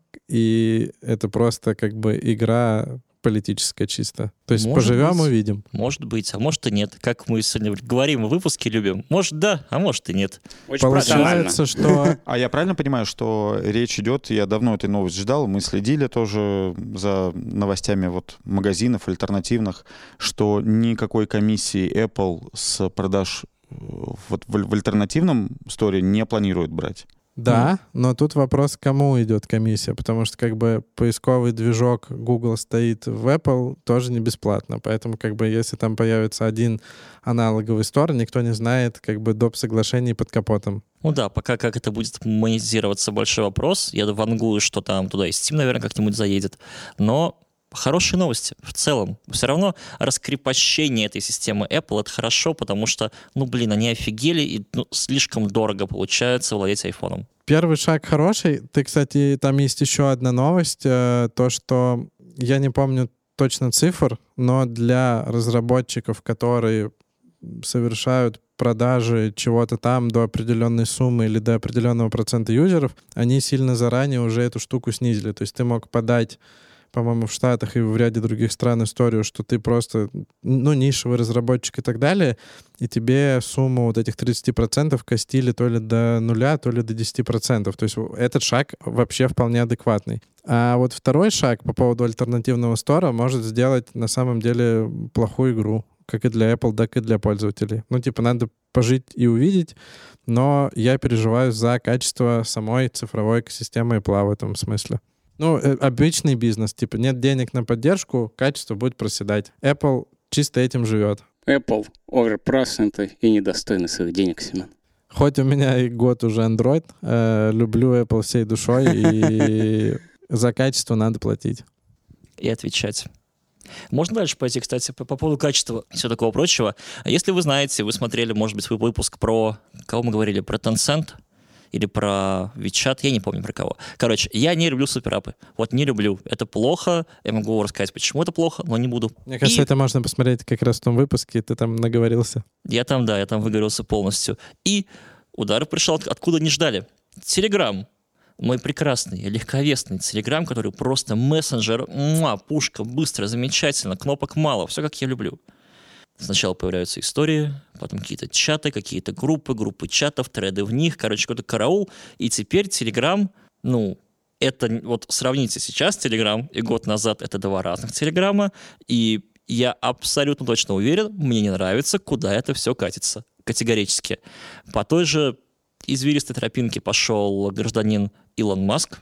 и это просто как бы игра политическая чисто. То есть Может поживем, быть. увидим. Может быть, а может и нет. Как мы сегодня говорим в выпуске, любим. Может да, а может и нет. Очень профессионально. Получается, что... А я правильно понимаю, что речь идет, я давно этой новости ждал, мы следили тоже за новостями вот магазинов альтернативных, что никакой комиссии Apple с продаж вот в альтернативном сторе не планирует брать. Да, но тут вопрос, кому идет комиссия, потому что как бы поисковый движок Google стоит в Apple тоже не бесплатно, поэтому как бы если там появится один аналоговый стор, никто не знает как бы доп. Соглашений под капотом. Ну да, пока как это будет монетизироваться, большой вопрос. Я вангую, что там туда и Steam, наверное, как-нибудь заедет. Но хорошие новости в целом. Все равно раскрепощение этой системы Apple — это хорошо, потому что, ну, блин, они офигели, и слишком дорого получается владеть айфоном. Первый шаг хороший. Ты, кстати, там есть еще одна новость. То, что я не помню точно цифр, но для разработчиков, которые совершают продажи чего-то там до определенной суммы или до определенного процента юзеров, они сильно заранее уже эту штуку снизили. То есть ты мог подать, по-моему, в Штатах и в ряде других стран историю, что ты просто, ну, нишевый разработчик и так далее, и тебе сумму вот этих 30% костили то ли до 0, то ли до 10%. То есть этот шаг вообще вполне адекватный. А вот второй шаг по поводу альтернативного стора может сделать на самом деле плохую игру, как и для Apple, так и для пользователей. Ну, типа, надо пожить и увидеть, но я переживаю за качество самой цифровой экосистемы Apple в этом смысле. Ну, обычный бизнес, типа, нет денег на поддержку, качество будет проседать. Apple чисто этим живет. Apple оверпроснутый и недостойный своих денег, Семен. Хоть у меня и год уже Android, люблю Apple всей душой, и за качество надо платить. И отвечать. Можно дальше пойти, кстати, по поводу качества и всего такого прочего. Если вы знаете, вы смотрели, может быть, выпуск про... Кого мы говорили? Про Tencent? Или про WeChat, я не помню про кого. Короче, я не люблю суперапы. Вот не люблю. Это плохо. Я могу рассказать, почему это плохо, но не буду. Мне кажется, это можно посмотреть как раз в том выпуске, ты там наговорился. Я там выгорелся полностью. И удар пришел, откуда не ждали. Telegram. Мой прекрасный, легковесный Telegram, который просто мессенджер, пушка, быстро, замечательно, кнопок мало, все как я люблю. Сначала появляются истории, потом какие-то чаты, какие-то группы чатов, треды в них, короче, какой-то караул. И теперь Telegram, ну, это вот сравните сейчас Telegram и год назад, это два разных Телеграма, и я абсолютно точно уверен, мне не нравится, куда это все катится, категорически. По той же извилистой тропинке пошел гражданин Илон Маск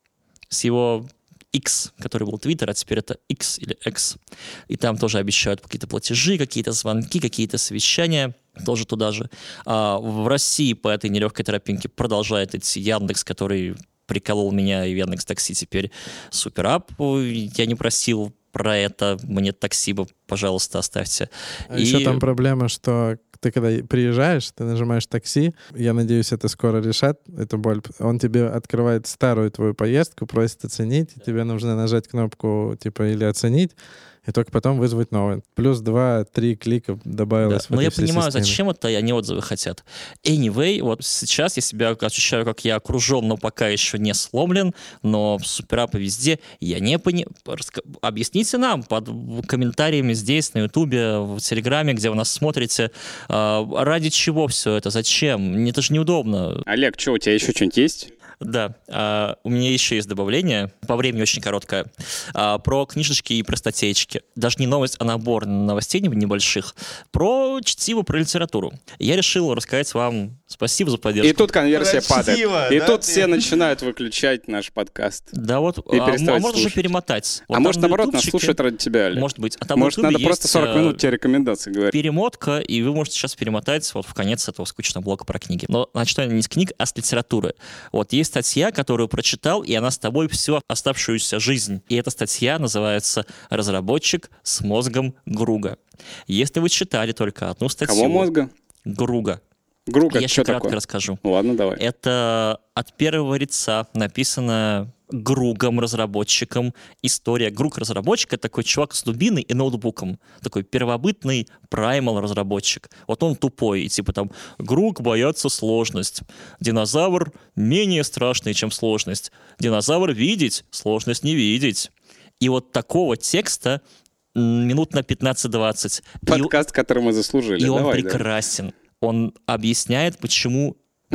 с его X, который был Twitter, а теперь это X или X. И там тоже обещают какие-то платежи, какие-то звонки, какие-то совещания, тоже туда же. А в России по этой нелегкой тропинке продолжает идти Яндекс, который приколол меня, и в Яндекс.Такси теперь суперап. Я не просил про это, мне такси бы, пожалуйста, оставьте. А еще там проблема, что ты когда приезжаешь, ты нажимаешь такси, я надеюсь, это скоро решат, эту боль. Он тебе открывает старую твою поездку, просит оценить, и тебе нужно нажать кнопку, типа, или оценить, и только потом вызвать новый. Плюс 2-3 клика добавилось в Но этой я всей понимаю, системе. зачем это, и они отзывы хотят. Anyway, вот сейчас я себя ощущаю, как я окружен, но пока еще не сломлен, но суперапы везде. Я не понимаю. Объясните нам под комментариями здесь, на Ютубе, в Телеграме, где вы нас смотрите, ради чего все это, зачем? Это же неудобно. Олег, что, у тебя еще что-нибудь есть? Да, у меня еще есть добавление, по времени очень короткое, про книжечки и про статейки. Даже не новость, а набор новостей небольших про чтиво, про литературу. Я решил рассказать вам спасибо за поддержку. И тут конверсия падает. И да, тут ты? все начинают выключать наш подкаст. Да вот, И переставать можно же слушать. перемотать. Вот А там может, на наоборот, нас ютубчике- слушают ради тебя, Олег? Может быть. А там Может, на Ютубе надо просто есть, 40 минут тебе рекомендации говорить. перемотка, и вы можете сейчас перемотать вот в конец этого скучного блока про книги. Но начну я не с книг, а с литературы. Вот есть статья, которую прочитал, и она с тобой всю оставшуюся жизнь. И эта статья называется «Разработчик с мозгом Груга». Если вы читали только одну статью... Кого мозга? Груга. Груга, Я что еще кратко такое? расскажу. Ладно, давай. Это от первого лица написано Гругом, разработчиком. История. Груг разработчик — это такой чувак с дубиной и ноутбуком. Такой первобытный праймал разработчик. Вот он тупой. И типа там Груг боятся сложность. Динозавр менее страшный, чем сложность. Динозавр видеть, сложность не видеть. И вот такого текста минут на 15-20. Подкаст, который мы заслужили. И он Давай, прекрасен. Он объясняет, почему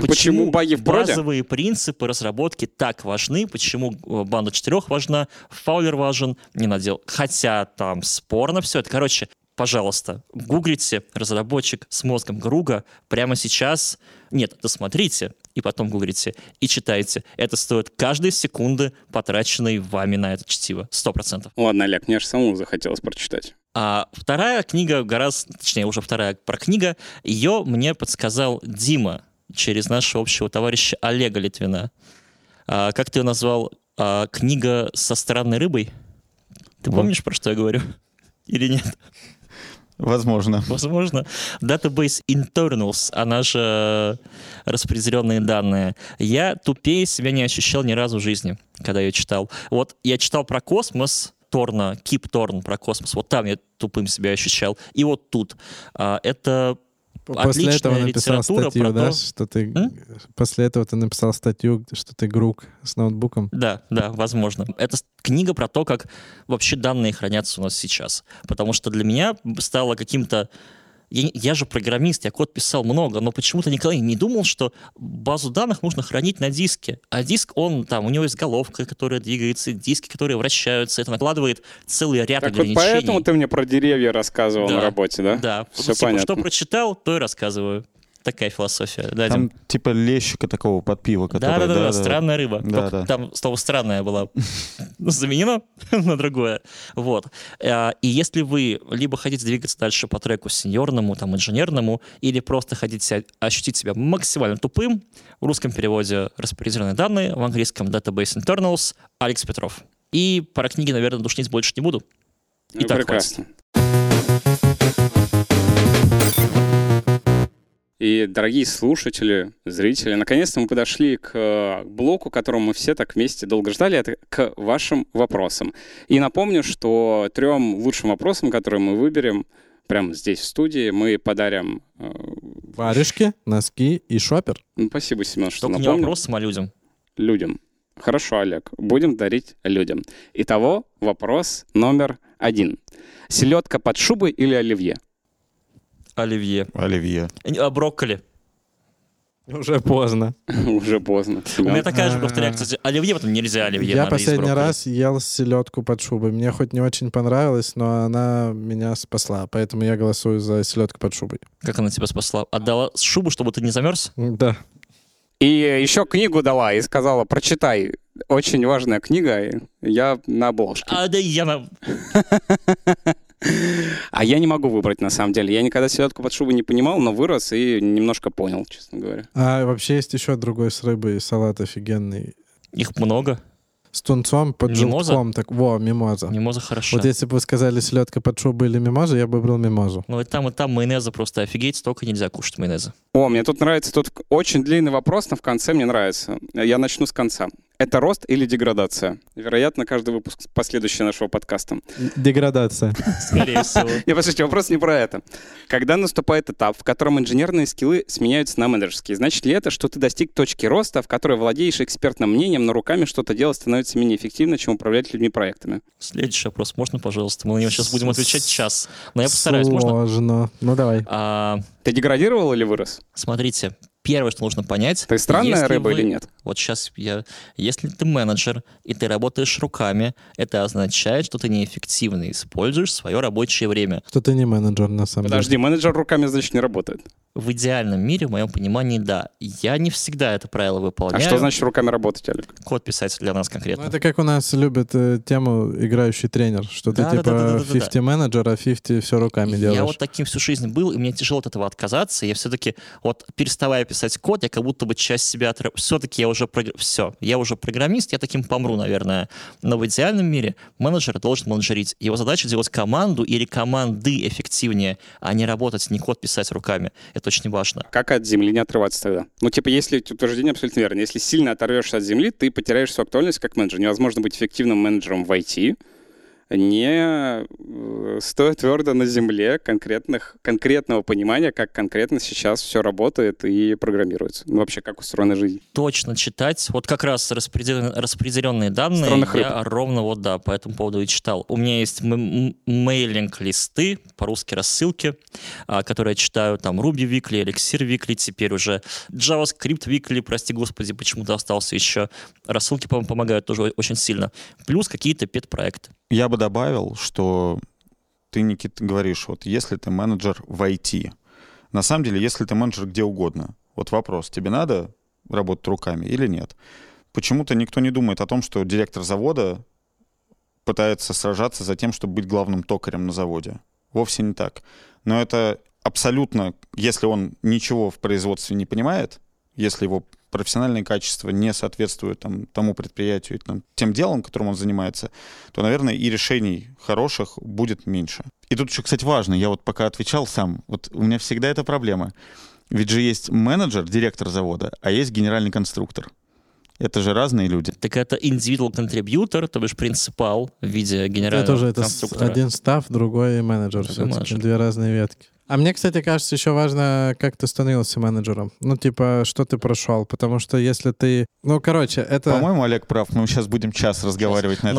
баги в проде? базовые принципы разработки так важны, почему банда 4 важна, фаулер важен, не надел. Хотя там спорно все это. Короче, пожалуйста, гуглите «Разработчик с мозгом Груга» прямо сейчас. Нет, досмотрите, и потом гуглите, и читайте. Это стоит каждой секунды, потраченной вами на это чтиво. 100%. Ладно, Олег, мне же самому захотелось прочитать. А вторая книга, точнее, уже вторая про книга, ее мне подсказал Дима через нашего общего товарища Олега Литвина. Как ты ее назвал? Книга со странной рыбой? Ты помнишь, про что я говорю? Или нет? Возможно. Возможно. Database Internals, она же распределенные данные. Я тупее себя не ощущал ни разу в жизни, когда ее читал. Вот я читал про космос, Торна, Кип Торн про космос. Вот там я тупым себя ощущал. И вот тут. Это После этого отличная написал литература статью, про да, то... что ты... После этого ты написал статью, что ты Груг с ноутбуком. Да, возможно. Это книга про то, как вообще данные хранятся у нас сейчас. Потому что для меня стало каким-то... Я же программист, я код писал много, но почему-то никогда не думал, что базу данных нужно хранить на диске. А диск, у него есть головка, которая двигается, диски, которые вращаются. Это накладывает целый ряд Так вот ограничений. поэтому ты мне про деревья рассказывал Да. на работе, да? Да, Все вот, типа, понятно. что прочитал, то и рассказываю. Такая философия. Да, Там Дим? типа лещика такого под пиво, который... Да, странная рыба. Да, Только да. там слово «странная» было заменено на другое. Вот. И если вы либо хотите двигаться дальше по треку сеньорному, там, инженерному, или просто хотите ощутить себя максимально тупым, в русском переводе распределенные данные, в английском Database Internals, Алекс Петров. И про книги, наверное, душнить больше не буду. Ну, Итак, прекрасно. И, дорогие слушатели, зрители, наконец-то мы подошли к блоку, которому мы все так вместе долго ждали, это к вашим вопросам. И напомню, что 3 лучшим вопросам, которые мы выберем прямо здесь, в студии, мы подарим... Варежки, носки и шопер. Спасибо, Семен, что Только не напомнил. вопросам, а людям. Людям. Хорошо, Олег. Будем дарить людям. Итого, вопрос номер 1. Селедка под шубой или оливье? Оливье. Оливье. Брокколи. Уже поздно. Уже поздно. У меня Семен? такая же просто реакция. Кстати, оливье, потом нельзя оливье. Я надо есть последний брокколи. раз ел селедку под шубой. Мне хоть не очень понравилось, но она меня спасла. Поэтому я голосую за селедку под шубой. Как она тебя спасла? Отдала шубу, чтобы ты не замерз? Да. И еще книгу дала и сказала, прочитай. Очень важная книга, и я на обложке. Да я на... А я не могу выбрать, на самом деле. Я никогда селедку под шубой не понимал, но вырос и немножко понял, честно говоря. А вообще есть еще другой с рыбой салат офигенный. Их много. С тунцом под Мимоза? желтком. Так, мимоза. Мимоза хороша. Вот если бы вы сказали селедка под шубой или мимоза, я бы выбрал мимозу. Ну и там майонеза просто офигеть, столько нельзя кушать майонеза. Мне тут нравится, тут очень длинный вопрос, но в конце мне нравится. Я начну с конца. Это рост или деградация? Вероятно, каждый выпуск последующий нашего подкаста. Деградация. Скорее всего. И, послушайте, вопрос не про это. Когда наступает этап, в котором инженерные скиллы сменяются на менеджерские, значит ли это, что ты достиг точки роста, в которой владеешь экспертным мнением, но руками что-то делать становится менее эффективно, чем управлять людьми проектами? Следующий вопрос, можно, пожалуйста? Мы на него сейчас будем отвечать час. Но я постараюсь, можно? Сложно. Ну, давай. Ты деградировал или вырос? Смотрите, первое, что нужно понять... Ты странная если рыба вы- или нет? Вот сейчас Если ты менеджер, и ты работаешь руками, это означает, что ты неэффективно используешь свое рабочее время. Что ты не менеджер, на самом деле. Подожди, менеджер руками, значит, не работает. В идеальном мире, в моем понимании, да. Я не всегда это правило А выполняю. что значит руками работать, Олег? Код писать для нас Ну, конкретно. это как у нас любят тему играющий тренер, что ты типа Да-да-да-да-да-да. 50 менеджер, а 50 все руками делаешь. Я вот таким всю жизнь был, и мне тяжело от этого отказаться. Я все-таки, вот переставая писать код, я как будто бы часть себя... Все-таки я уже программист, я таким помру, наверное. Но в идеальном мире менеджер должен менеджерить. Его задача делать команду или команды эффективнее, а не работать, не код писать руками. Это очень важно. Как от земли не отрываться тогда? Ну, типа, если утверждение абсолютно верно. Если сильно оторвешься от земли, ты потеряешь свою актуальность как менеджер. Невозможно быть эффективным менеджером в IT, не стоя твердо на земле конкретного понимания, как конкретно сейчас все работает и программируется. Ну, вообще, как устроена жизнь. Точно читать. Вот как раз распределенные данные Странных рыб. я ровно по этому поводу и читал. У меня есть мейлинг-листы, по-русски рассылки, которые я читаю, там Ruby Weekly, Elixir Weekly, теперь уже JavaScript Weekly, прости господи, почему-то остался еще. Рассылки, по-моему, помогают тоже очень сильно. Плюс какие-то пет-проекты. Я бы добавил, что ты, Никита, говоришь, вот если ты менеджер в IT, на самом деле, если ты менеджер где угодно, вот вопрос, тебе надо работать руками или нет? Почему-то никто не думает о том, что директор завода пытается сражаться за тем, чтобы быть главным токарем на заводе. Вовсе не так. Но это абсолютно, если он ничего в производстве не понимает, если его профессиональные качества не соответствуют тому предприятию, тем делам, которым он занимается, то, наверное, и решений хороших будет меньше. И тут еще, кстати, важно, я вот пока отвечал сам, вот у меня всегда эта проблема. Ведь же есть менеджер, директор завода, а есть генеральный конструктор. Это же разные люди. Так это individual contributor, то бишь принципал в виде генерального Это уже конструктора. один став, другой менеджер. Другой Все-таки менеджер. две разные ветки. А мне, кстати, кажется, еще важно, как ты становился менеджером. Ну, типа, что ты прошел. Потому что если ты... Ну, короче, это... По-моему, Олег прав. Мы сейчас будем час разговаривать про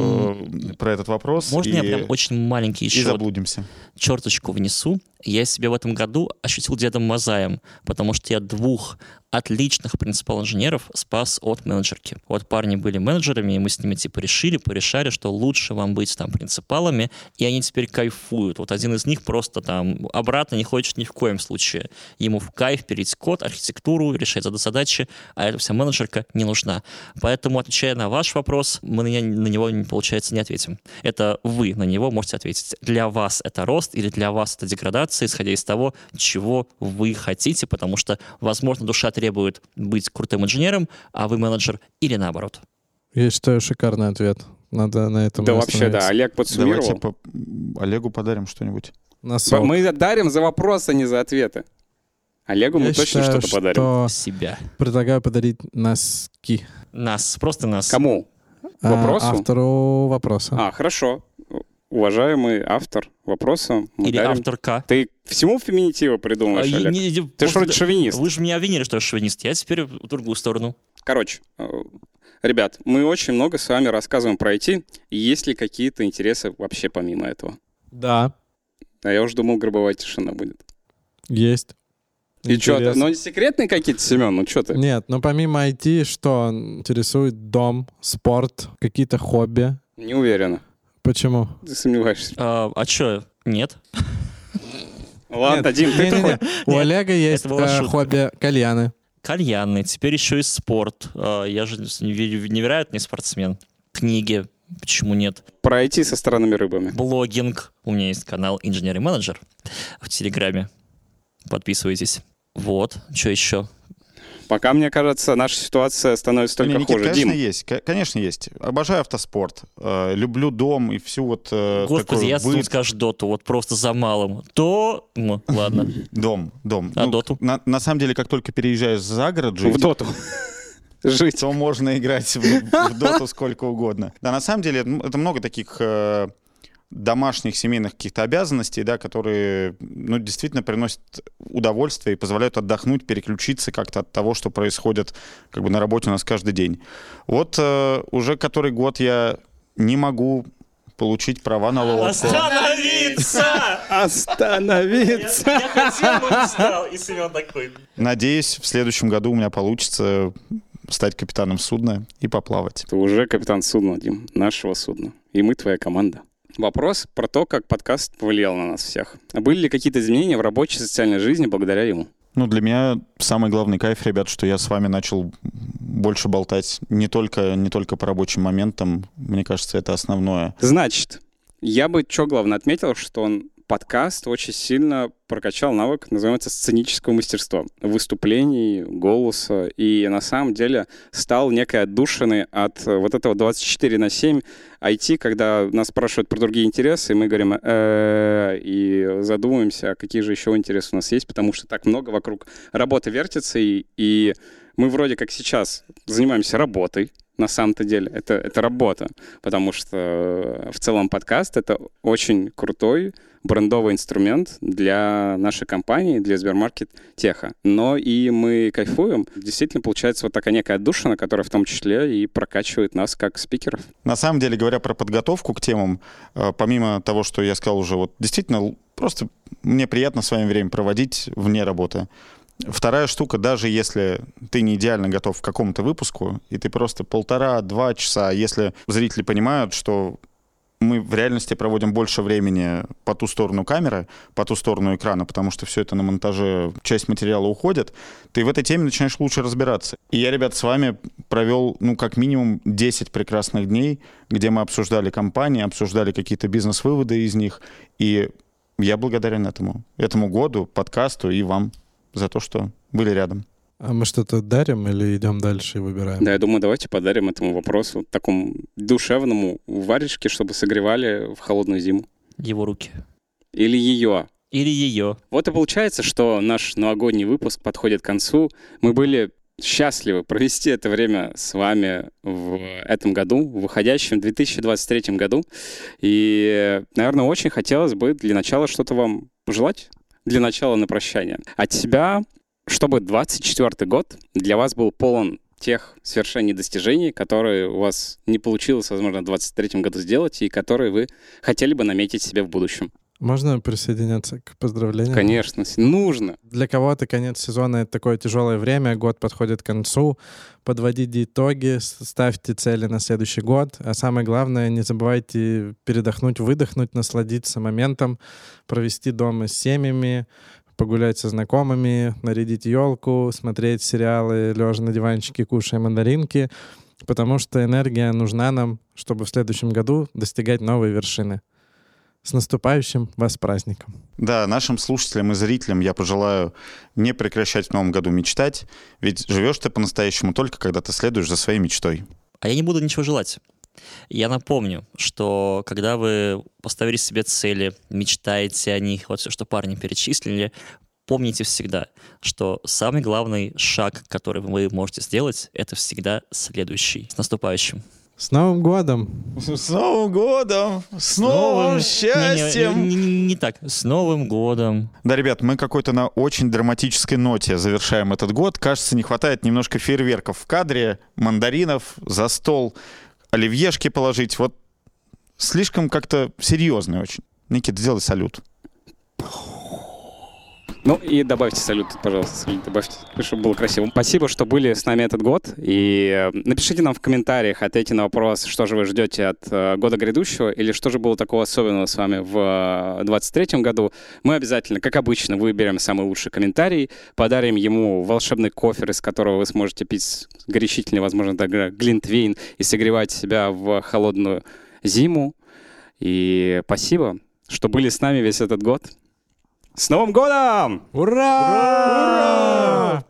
этот вопрос. Можно я прям очень маленький И еще заблудимся. черточку внесу? Я себя в этом году ощутил Дедом Мазаем, потому что я 2 отличных принципал-инженеров спас от менеджерки. Вот парни были менеджерами, и мы с ними типа порешали, что лучше вам быть там принципалами, и они теперь кайфуют. Вот один из них просто там обратно не хочет ни в коем случае. Ему в кайф пилить код, архитектуру, решать задачи, а эта вся менеджерка не нужна. Поэтому, отвечая на ваш вопрос, мы на него, получается, не ответим. Это вы на него можете ответить. Для вас это рост или для вас это деградация, исходя из того, чего вы хотите, потому что, возможно, душа требует быть крутым инженером, а вы менеджер, или наоборот. Я считаю, шикарный ответ. Надо на этом Да вообще, да. остановиться. Олег подсуммировал. Давайте Олегу подарим что-нибудь. Носок. Мы дарим за вопросы, а не за ответы. Олегу мы Я точно считаю, что-то подарим. что Себя. предлагаю подарить носки. Просто нас. Кому? Вопросу? Автору вопроса. Хорошо. Уважаемый автор вопроса. Мы Или дарим. авторка. Ты всему феминитивы придумываешь, Олег? Ты же вроде шовинист. Вы же меня обвинили, что я шовинист. Я теперь в другую сторону. Короче, ребят, мы очень много с вами рассказываем про IT. Есть ли какие-то интересы вообще помимо этого? Да, А я уже думал, гробовая тишина будет. есть. И что, Интересно. ну не секретные какие-то, Семен? Ну что ты? Нет, но помимо IT, что интересует дом, спорт, какие-то хобби? Не уверена. Почему? Ты сомневаешься. А что? Нет. Ладно, Дим, ты Не-не-не. такой. У Олега есть это была шутка. хобби кальяны. Кальянный. Теперь еще и спорт. Я же невероятный спортсмен. Книги. Почему нет? Про IT со странными рыбами. Блогинг. У меня есть канал «Инженер и менеджер» в Телеграме. Подписывайтесь. Вот. Что еще? Пока, мне кажется, наша ситуация становится только Никит, хуже. конечно, Дим, есть. Конечно, есть. Обожаю автоспорт. Люблю дом и всю вот Господи, такой я быт. тут скажу доту, вот просто за малым. Ну, ладно. Дом. А Ну, доту? На самом деле, как только переезжаешь за город жить... в доту. Жить. то можно играть в доту сколько угодно. Да, на самом деле, это много таких домашних, семейных каких-то обязанностей, да, которые, ну, действительно приносят удовольствие и позволяют отдохнуть, переключиться как-то от того, что происходит как бы на работе у нас каждый день. Вот уже который год я не могу получить права на лодку. Остановиться! Остановиться! Я хотел, но не стал. И Семен такой. Надеюсь, в следующем году у меня получится стать капитаном судна и поплавать. Ты уже капитан судна, Дим, нашего судна. И мы твоя команда. Вопрос про то, как подкаст повлиял на нас всех. А были ли какие-то изменения в рабочей социальной жизни благодаря ему? Ну, для меня самый главный кайф, ребят, что я с вами начал больше болтать не только по рабочим моментам. Мне кажется, это основное. Значит, я бы что главное отметил, что подкаст очень сильно прокачал навык, называется, сценического мастерства, выступлений, голоса, и на самом деле стал некой отдушиной от вот этого 24/7 IT, когда нас спрашивают про другие интересы, и мы говорим и задумываемся, а какие же еще интересы у нас есть, потому что так много вокруг работы вертится, и мы вроде как сейчас занимаемся работой. На самом-то деле это работа, потому что в целом подкаст — это очень крутой брендовый инструмент для нашей компании, для Сбермаркет Теха. Но и мы кайфуем. Действительно, получается вот такая некая отдушина, которая в том числе и прокачивает нас как спикеров. На самом деле, говоря про подготовку к темам, помимо того, что я сказал уже, вот действительно, просто мне приятно с вами время проводить вне работы. Вторая штука, даже если ты не идеально готов к какому-то выпуску, и ты просто 1,5-2 часа, если зрители понимают, что мы в реальности проводим больше времени по ту сторону камеры, по ту сторону экрана, потому что все это на монтаже, часть материала уходит, ты в этой теме начинаешь лучше разбираться. И я, ребят, с вами провел, ну, как минимум 10 прекрасных дней, где мы обсуждали компании, обсуждали какие-то бизнес-выводы из них, и я благодарен этому году, подкасту и вам за то, что были рядом. А мы что-то дарим или идем дальше и выбираем? Да, я думаю, давайте подарим этому вопросу такому душевному варежке, чтобы согревали в холодную зиму. Его руки. Или ее. Или ее. Вот и получается, что наш новогодний выпуск подходит к концу. Мы были счастливы провести это время с вами в этом году, в выходящем 2023 году. И, наверное, очень хотелось бы для начала что-то вам пожелать. Для начала на прощание. От себя, чтобы 24 год для вас был полон тех свершений и достижений, которые у вас не получилось, возможно, в 23 году сделать, и которые вы хотели бы наметить себе в будущем. Можно присоединяться к поздравлениям? Конечно, нужно. Для кого-то конец сезона — это такое тяжелое время, год подходит к концу. Подводите итоги, ставьте цели на следующий год. А самое главное, не забывайте передохнуть, выдохнуть, насладиться моментом, провести дома с семьями, погулять со знакомыми, нарядить елку, смотреть сериалы, лежа на диванчике, кушая мандаринки, потому что энергия нужна нам, чтобы в следующем году достигать новые вершины. С наступающим вас праздником. Да, нашим слушателям и зрителям я пожелаю не прекращать в новом году мечтать, ведь живешь ты по-настоящему только, когда ты следуешь за своей мечтой. А я не буду ничего желать. Я напомню, что когда вы поставили себе цели, мечтаете о них, вот все, что парни перечислили, помните всегда, что самый главный шаг, который вы можете сделать, это всегда следующий. С наступающим. С Новым годом! С Новым годом! С новым счастьем! Не так. С Новым годом! Да, ребят, мы какой-то на очень драматической ноте завершаем этот год. Кажется, не хватает немножко фейерверков в кадре, мандаринов, за стол, оливьешки положить. Вот слишком как-то серьезно очень. Никита, сделай салют. Ну и добавьте салют, пожалуйста, салют добавьте, чтобы было красиво. Спасибо, что были с нами этот год. И напишите нам в комментариях, ответьте на вопрос, что же вы ждете от года грядущего, или что же было такого особенного с вами в 2023 году. Мы обязательно, как обычно, выберем самый лучший комментарий, подарим ему волшебный кофе, из которого вы сможете пить горячительный, возможно, даже глинтвейн, и согревать себя в холодную зиму. И спасибо, что были с нами весь этот год. С Новым годом! Ура! Ура!